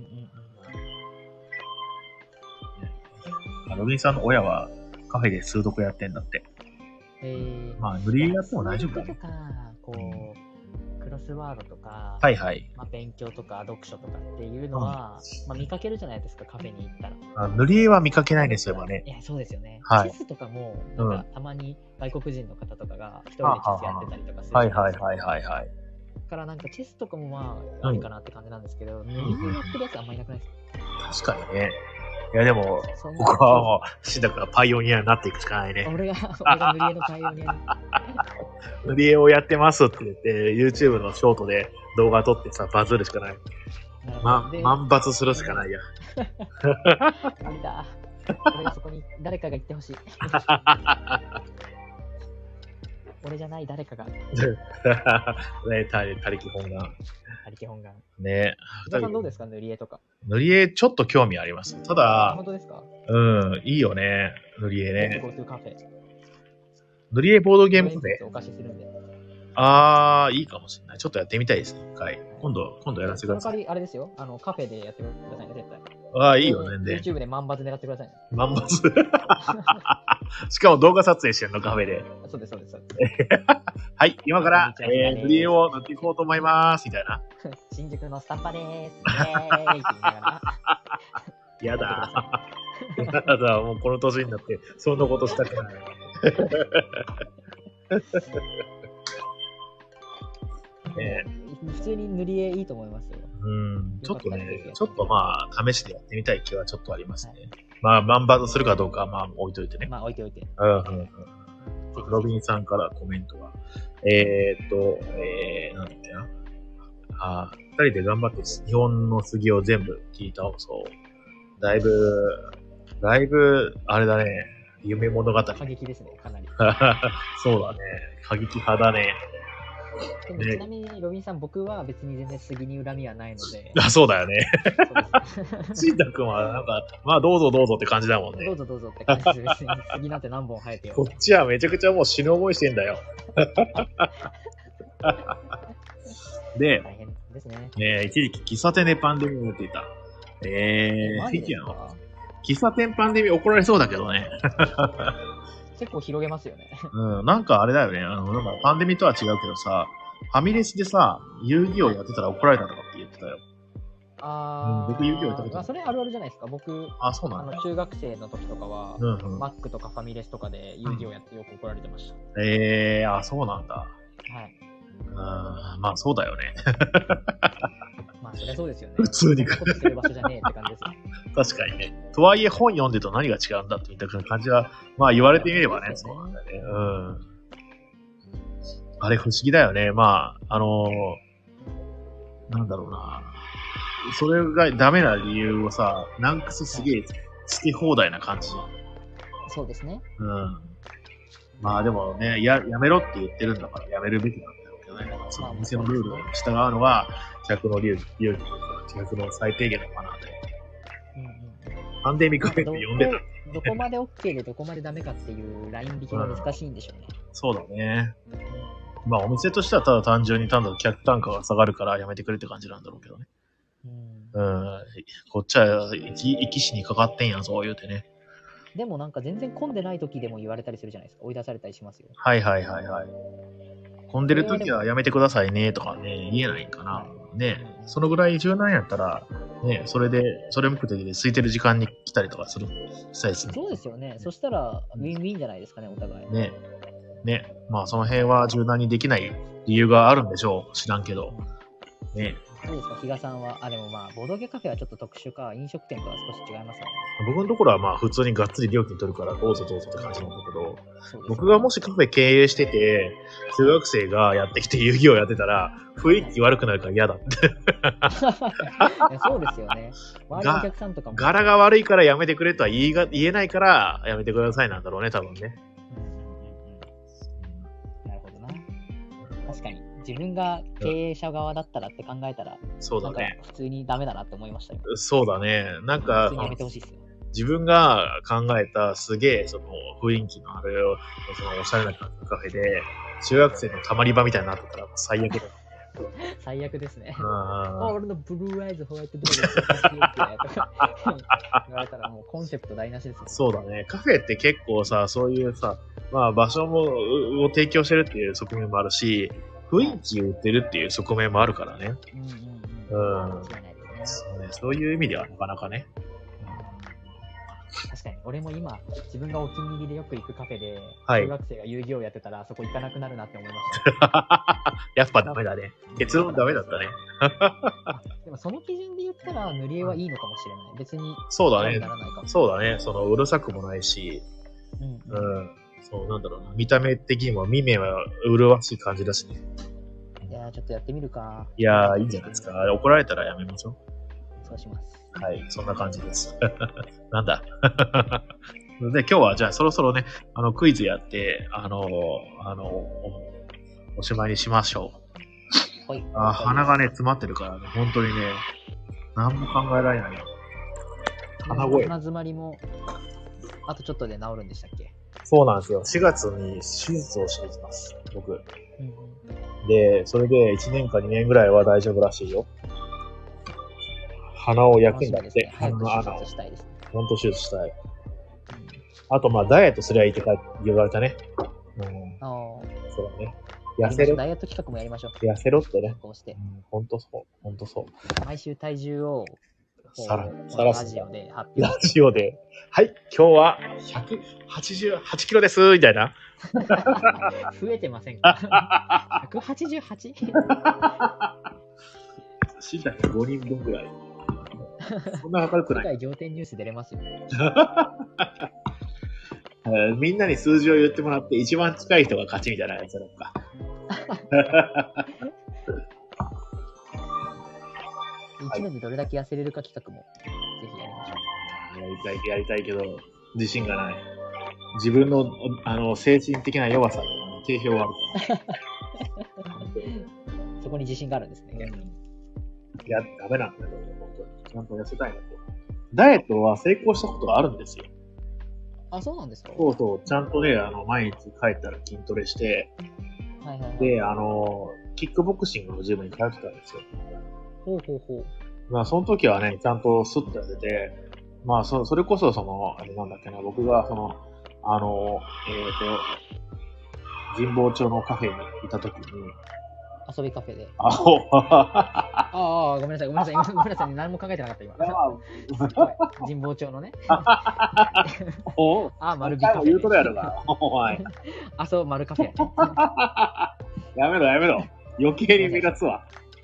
A: ロビンさんの親はカフェで数読やってんだって。まあ、塗り絵やっても大丈夫だね。
B: クロスワードとか、
A: はいはい。
B: まあ、勉強とか読書とかっていうのは、まあ、見かけるじゃないですか、カフェに行ったら。
A: 塗り絵は見かけないですよね。
B: いや、そうですよね。
A: はい。
B: チェスとかも、なんか、たまに外国人の方とかが一人でチェスやってたりとかする。
A: はいはいはいはいはい。
B: だからなんかチェスとかもまあ、ありかなって感じなんですけど、塗り絵やってるやつあんまりいなくないです
A: か？確かにね。いやでも、僕はもう、シンダ君がパイオニアになっていくしかないね。
B: 俺が塗り絵のパイオニアに。
A: 塗り絵をやってますって言って、YouTube のショートで動画撮ってさ、バズるしかない。万発するしかないや。
B: 無理だ。俺がそこに誰かが行ってほしい。俺じゃない誰かが。ね、
A: 他力本願。
B: 他力本願。
A: ね。
B: 伊沢さんどうですか、塗り絵とか。
A: 塗り絵ちょっと興味あります。ただ、
B: 本当ですか？
A: いいよね。塗り絵ね。
B: カフェ。
A: 塗り絵ボードゲームカフェ。
B: お貸しするんで。
A: いいかもしれない。ちょっとやってみたいですね、一回。今度やらせてください。
B: その代わり、あれですよ。カフェでやってくださいね、絶対。
A: いいよ、全然。
B: YouTube で万発狙ってくださいね。
A: 万発しかも動画撮影してんの、カフェで。
B: そうです、そうです。
A: はい、今から、塗り絵を塗っていこうと思います、みたいな。
B: 新宿のスタッファでーす。イェーイって言いながら。
A: やだ、もうこの年になって、そんなことしたくない。
B: 普通に塗り絵いいと思いますよ。
A: ちょっとね、ちょっとまあ、試してやってみたい気はちょっとありますね。まあ、万発するかどうかはまあ、置いといてね。
B: まあ、置いておいて。
A: ロビンさんからコメントが。なんだっけな。二人で頑張って日本の杉を全部聞いた放送。だいぶ、あれだね。夢物語。
B: 過激ですね、かなり。
A: そうだね。過激派だね。
B: ちなみに、ロビンさん、僕は別に全然杉に恨みはないので。
A: そうだよね。シータ君はなんか、まあどうぞどうぞって感じだもんね。
B: どうぞどうぞって感じです。杉なんて何本生えてよ。
A: こっちはめちゃくちゃもう死ぬ思いしてんだよ。で、
B: 大変ですね。
A: 一時期喫茶店でパンデミを打っていた。フィギュアの喫茶店パンデミ怒られそうだけどね。
B: 結構広げますよね。
A: なんかあれだよね。なんかパンデミとは違うけどさ、ファミレスでさ、遊戯王やってたら怒られたとかって言ってたよ。僕遊戯王やったことない。
B: それあるあるじゃないですか。僕、
A: そうなんだ。
B: 中学生の時とかは、マックとかファミレスとかで遊戯王やってよく怒られてました。
A: そうなんだ。
B: はい。
A: まあそうだよね。
B: まあそりゃそうですよね。
A: 普通に。
B: そんなことしてる場所じゃねえって感じですね。
A: 確かにね。とはいえ本読んでと何が違うんだっていった感じは、まあ言われてみればね、そうなんだね。あれ不思議だよね。まあ、なんだろうな。それがダメな理由をさ、ナンクスすげえつけ放題な感じじゃん。
B: そうですね。
A: まあでもね、やめろって言ってるんだからやめるべきなんだろうけどね。その店のルールに従うのが、客の利益というか、客の最低限のマナーで。パンデミックって呼んでた。
B: どこまで OK でどこまでダメかっていうライン引きが難しいんでしょうね。
A: そうだね。まあお店としてはただ単純に客単価が下がるからやめてくれって感じなんだろうけどね。こっちは生き死にかかってんやん、そう言うてね。
B: でもなんか全然混んでない時でも言われたりするじゃないですか。追い出されたりしますよ。
A: はい。混んでる時はやめてくださいねとかね、言えないんかな。ね、そのぐらい柔軟やったら、ね、それ目的で空いてる時間に来たりとかしたいですね。
B: そうですよね。そしたら、ウィンウィンじゃないですかね、お互い。
A: ね。まあその辺は柔軟にできない理由があるんでしょう。知らんけど。ね。
B: どうですか、比嘉さんは。でもまあ、ボードゲカフェはちょっと特殊か、飲食店とは少し違いますよね。
A: 僕のところはまあ、普通にがっつり料金取るから、どうぞどうぞって感じなんだけど、僕がもしカフェ経営してて、中学生がやってきて遊戯王やってたら、雰囲気悪くなるから嫌だって。
B: そうですよね。周りのお客さんとかも。
A: 柄が悪いからやめてくれとは言えないから、やめてくださいなんだろうね、多分ね。
B: なるほどな。確かに。自分が経営者側だったらって考えたら、
A: そうだね。
B: 普通にダメだなって思いましたよ。
A: そうだね。なんか、
B: 普通にやめてほしいっすよ。
A: 自分が考えたすげえ、その雰囲気のあれを、そのおしゃれなカフェで、中学生のたまり場みたいになってたら最悪だ。
B: 最悪ですね。
A: 俺
B: のブルーアイズホワイトブルーとか言われたらもうコンセプト台無しですね。
A: そうだね。カフェって結構さ、そういうさ、まあ場所を提供してるっていう側面もあるし、雰囲気を売ってるっていう側面もあるからね。そういう意味ではなかなかね。
B: 確かに、俺も今、自分がお気に入りでよく行くカフェで、中学生が遊戯王やってたら、そこ行かなくなるなって思いました。
A: やっぱダメだね。結論ダメだったね。
B: でもその基準で言ったら、塗り絵はいいのかもしれない。別に、
A: そうだね。そうだね。その、うるさくもないし、そう、なんだろうな。見た目的にも、目は麗しい感じだしね。
B: いやー、ちょっとやってみるか。
A: いやー、いいんじゃないですか。怒られたらやめましょう。
B: そうします。
A: はい、そんな感じです。なんだ。で、今日はじゃあそろそろね、クイズやって、おしまいにしましょう。はい。鼻がね、詰まってるからね、本当にね、何も考えられないよ。
B: 鼻声。鼻詰まりも、あとちょっとで治るんでしたっけ？
A: そうなんですよ。4月に手術をしていきます、僕。で、それで1年か2年ぐらいは大丈夫らしいよ。鼻を焼くんだって。鼻の穴を。ほんと手術したい。あと、まあ、ダイエットすりゃいいって言われたね。そうだね。痩せろ。
B: ダイエット企画もやりましょう。
A: 痩せろってね。
B: こうして。
A: ほんとそう。ほんとそう。
B: 毎週体重を、
A: ラジオで発表。ラジオで。はい、今日は188キロです、みたいな。
B: 増えてませんか？ 188？
A: 身体5人分ぐらい。そんな明るくない。
B: 世界仰天ニュース出れますよ。
A: みんなに数字を言ってもらって一番近い人が勝ちみたいなやつだろうか。
B: 1年でどれだけ痩せれるか企画もぜひやりましょ
A: う。やりたいけど自信がない。自分の精神的な弱さの定評があるから。
B: そこに自信があるんですね。
A: いや、ダメなんだよ。本当に。ちゃんと痩せたいなと。ダイエットは成功したことがあるんですよ。
B: あ、そうなんですか？
A: そうそう。ちゃんとね、毎日帰ったら筋トレして、で、キックボクシングのジムに通ってたんですよ。まあ、その時はね、ちゃんとスッと痩せて、まあ、それこそ、あれなんだっけな、僕が、神保町のカフェにいた時に、
B: 遊びカフェで。
A: ご
B: めんなさい。ごめんなさい。何も考えてなかった、今。神保町のね。丸ビカフェ。
A: 言うとるやろが。お前。
B: そう、丸カフェ。
A: やめろ。余計に目立つわ。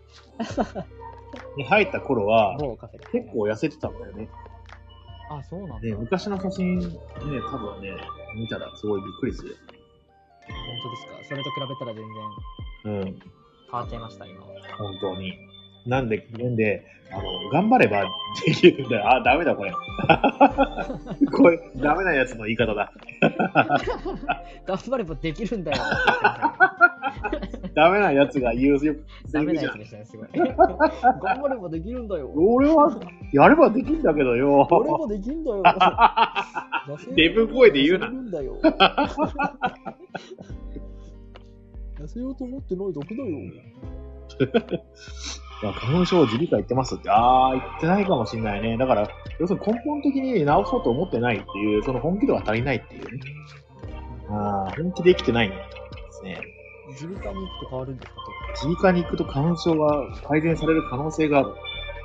A: に入った頃は、結構痩せてたんだよね。
B: そうなんだ。
A: 昔の写真ね、多分ね、見たらすごいびっくりする。
B: 本当ですか？それと比べたら全然。変わっちゃいました、今。
A: 本当に。なんで、頑張ればできるんだよ。ダメだ、これ。これ、ダメなやつの言い方だ。
B: 頑張ればできるんだよ。
A: ダメなやつが言うよ。
B: ダメなやつでしたね、すごい。頑張ればできるんだよ。
A: 俺は、やればできるんだけどよ。
B: やればできるんだよ。
A: デブ声で言うな。
B: 痩せようと思ってないだけだよ。
A: 花粉症耳鼻科行ってますって。言ってないかもしれないね。だから、要するに根本的に治そうと思ってないっていう、その本気度が足りないっていうね。本気で生きてないんですね。
B: 耳鼻科に行くと変わるんですか？
A: 耳鼻科に行くと花粉症が改善される可能性がある。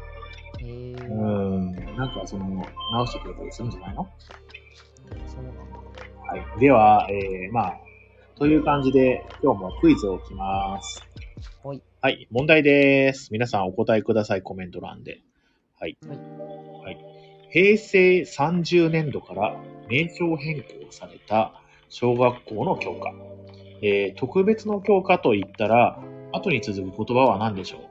A: なんか治してくれたりするんじゃないの？
B: そうなんだ。
A: はい。では、まあ、という感じで、今日もクイズを置きます。 はい、問題です。皆さんお答えください、コメント欄で。はい。はい。平成30年度から名称変更された小学校の教科。特別の教科といったら、後に続く言葉は何でしょう？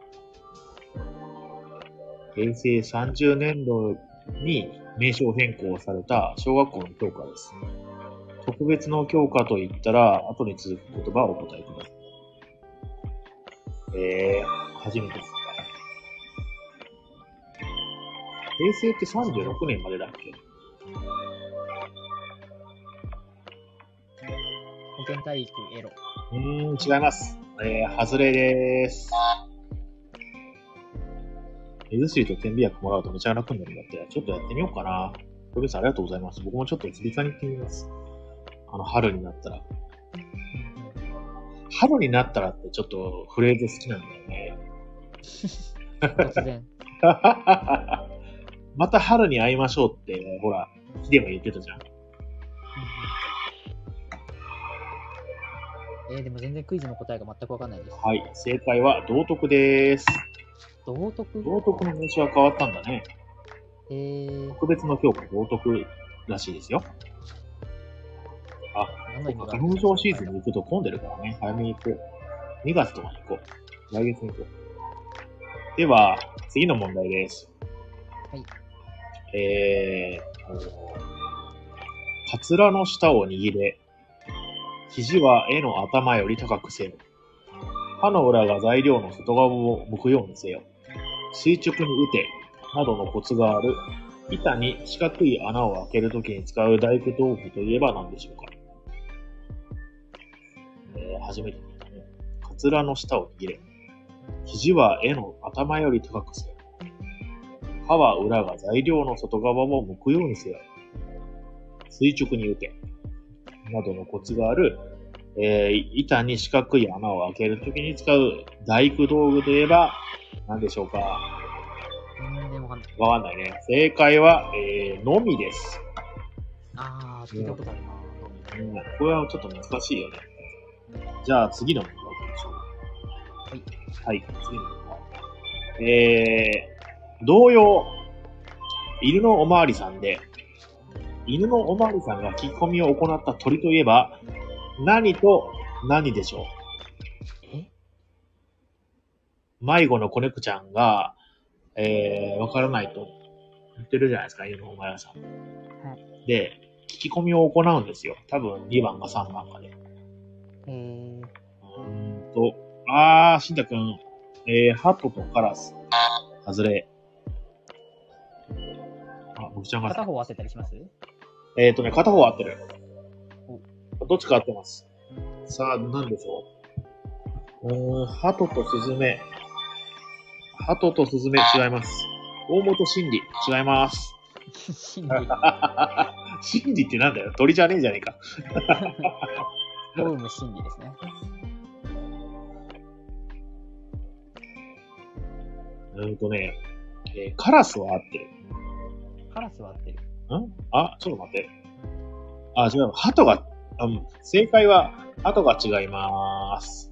A: 平成30年度に名称変更された小学校の教科です。特別の教科といったら、後に続く言葉をお答えください。初めてです。平成って36年までだっけ？
B: 保健体育エロ。
A: 違います。外れです。目薬と点鼻薬もらうとめちゃ楽になるんだって。ちょっとやってみようかな。トビさんありがとうございます。僕もちょっと耳鼻科に行ってみます。春になったら。春になったらってちょっとフレーズ好きなんだよね。
B: 突然。
A: また春に会いましょうって、ほら、ヒデも言ってたじゃん。
B: でも全然クイズの答えが全くわかんないです。
A: はい、正解は道徳です。
B: 道徳？
A: 道徳の名称は変わったんだね。特別の教科道徳らしいですよ。花粉症シーズンに行くと混んでるからね、早めに行こう。2月とかに行こう。来月に行こう。では、次の問題です。
B: はい。
A: かつらの下を握れ。肘は絵の頭より高くせよ。刃の裏が材料の外側を向くようにせよ。垂直に打て。などのコツがある。板に四角い穴を開けるときに使う大工道具といえば何でしょうか？初めて見たね。かつらの下を握れ。肘は絵の頭より高くせよ。刃は裏が材料の外側を向くようにせよ。垂直に打て。などのコツがある。板に四角い穴を開けるときに使う大工道具といえば何でしょうか？わかんないね。正解は、のみです。
B: 聞いたことあるな。
A: これはちょっと難しいよね。じゃあ次の問題行きましょう。はい。次の問題。同様、犬のおまわりさんで、犬のおまわりさんが聞き込みを行った鳥といえば、何と何でしょう？迷子の子猫ちゃんが、わからないと言ってるじゃないですか、犬のおまわりさん。で、聞き込みを行うんですよ。多分2番か3番かで。しんたくん、ハトとカラス。外れ。僕ちゃんが。
B: 片方合ってたりします？
A: 片方合ってる。どっちか合ってます。さあ、何でしょう？ハトとスズメ。ハトとスズメ違います。大本真理違います。
B: 真理
A: 真理ってなんだよ？鳥じゃねえじゃねえか。
B: オウム真理ですね。
A: カラスは合ってる。
B: カラスは合ってる。
A: ちょっと待って。違う。ハトが、正解は、ハトが違いまーす。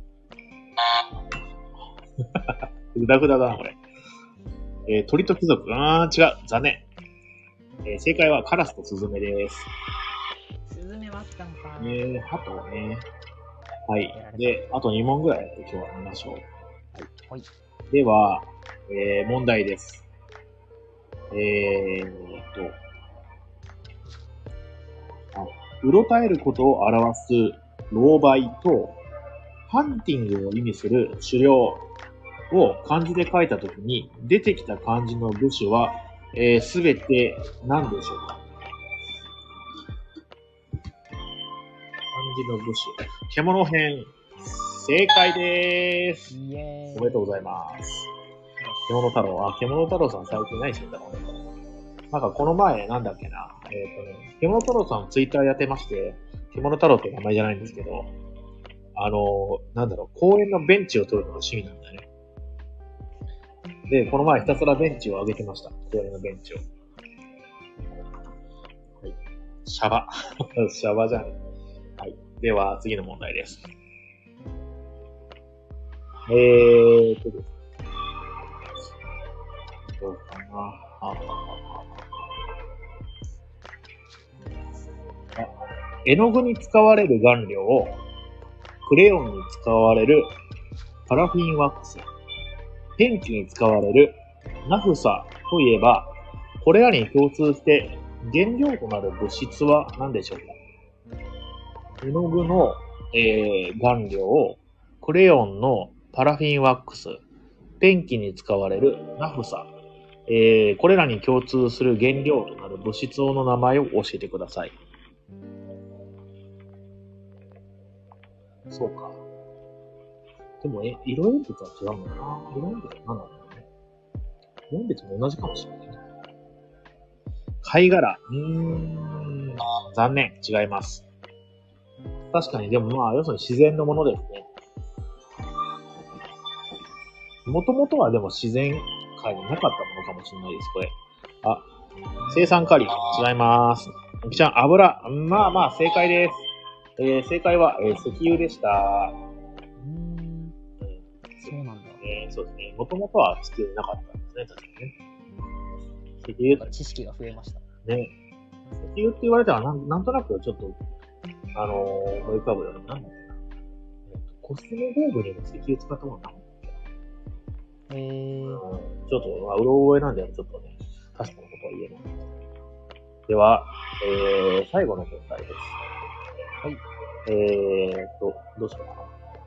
A: ぐだぐだだな、これ。鳥と貴族。違う。残念。正解はカラスとスズメです。
B: スズメはあったんか。
A: ハトはね。はい。で、あと2問ぐらいやって今日は見ましょう。
B: はい。
A: では、問題です。うろたえることを表す狼狽と、ハンティングを意味する狩猟を漢字で書いたときに出てきた漢字の部首は、すべて何でしょうか？漢字の部首。獣編。正解でーす。おめでとうございます。獣太郎。獣太郎さん最近何してんだろうね。なんかこの前、なんだっけな。獣太郎さんツイッターやってまして、獣太郎って名前じゃないんですけど、公園のベンチを取るのが趣味なんだね。で、この前ひたすらベンチを上げてました。公園のベンチを。はい。シャバ。シャバじゃん。はい。では、次の問題です。 ですね。どうかな。絵の具に使われる顔料をクレヨンに使われるパラフィンワックス、ペンキに使われるナフサといえば、これらに共通して原料となる物質は何でしょうか？絵の具の、顔料をクレヨンのパラフィンワックス、ペンキに使われるナフサ、これらに共通する原料となる物質の名前を教えてください。そうか。でも、色鉛筆は違うのかな？色鉛筆は何なんだろうね。色鉛筆も同じかもしれないね。貝殻。残念。違います。確かに、でもまあ、要するに自然のものですね。もともとはでも自然界になかったものかもしれないです、これ。生酸カリ。違います。おきちゃん、油。まあまあ、正解です。正解は、石油でした。
B: そうなんだ。
A: そうですね。もともとは地球になかったんですね、確かにね。石油。
B: 知識が増えました。
A: ね。石油って言われたらなんとなくちょっと、思い浮かぶよね。なんだっけな。コスメ道具にも石油使ったものなかったっけな。ちょっと、うろ覚えなんで、ちょっとね、確かなことは言えない。では、最後の問題です。はい。どうしようかな。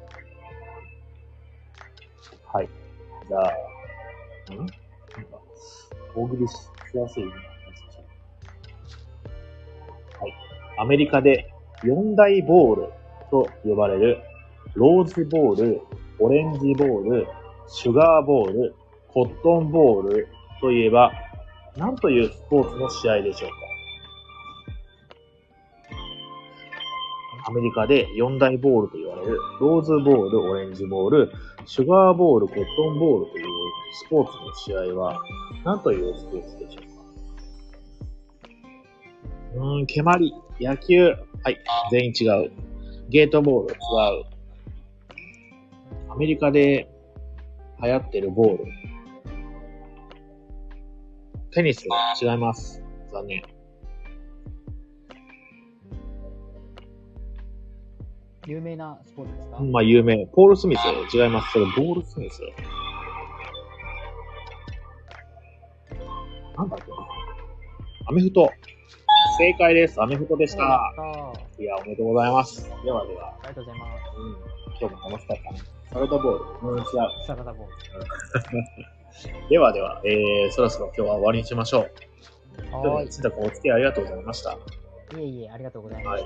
A: はい。じゃあ、なんか、大喜利しやすいな。はい。アメリカで4大ボールと呼ばれる、ローズボール、オレンジボール、シュガーボール、コットンボールといえば、何というスポーツの試合でしょうか？アメリカで4大ボールと言われる、ローズボール、オレンジボール、シュガーボール、コットンボールというスポーツの試合は、何というスポーツでしょうか？蹴鞠、野球。はい、全員違う。ゲートボール、違う。アメリカで流行ってるボール。テニス、違います。残念。
B: 有名なスポーツですか？
A: まあ有名。ポール・スミス、違います。それ、ボール・スミス。なんだっけな。アメフト。正解です。アメフトでした。いや、おめでとうございます。ではでは。
B: ありがとうございます。
A: 今日も楽しかったね。サラダボール。違う。
B: サラダボール。
A: ではでは、そろそろ今日は終わりにしましょう。
B: はい。
A: つんたくんお付き合いありがとうございました。
B: いえいえ、ありがとうございました。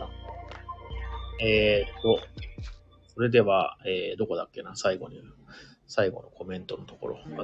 A: それでは、どこだっけな、最後のコメントのところ、はい。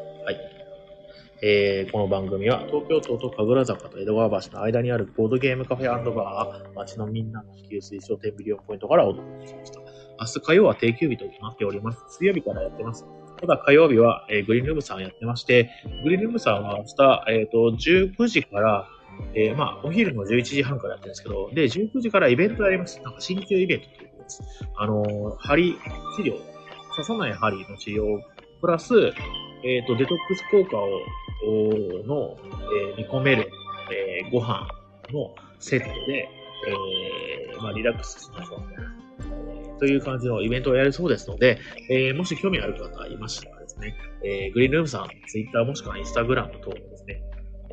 A: この番組は東京都と神楽坂と江戸川橋の間にあるボードゲームカフェ&バー、街のみんなの普及推奨10ビリオンポイントからお届けしました。明日火曜は定休日となっております。水曜日からやってます。ただ火曜日は、グリーンルームさんやってまして、グリーンルームさんは明日、19時から、お昼の11時半からやってるんですけど、で、19時からイベントやります。なんか新旧イベントということです。針治療、刺さない針の治療、プラス、デトックス効果の、見込める、ご飯のセットで、リラックスしましょう。という感じのイベントをやるそうですので、もし興味ある方いましたらですね、グリーンルームさん、ツイッターもしくはインスタグラム等をですね、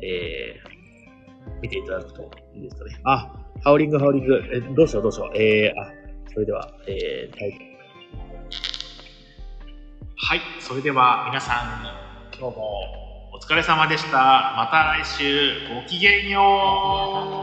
A: 見ていただくといいですかね。ハウリング。どうしよう。それでは、はい。それでは皆さん、今日もお疲れ様でした。また来週、ごきげんよう。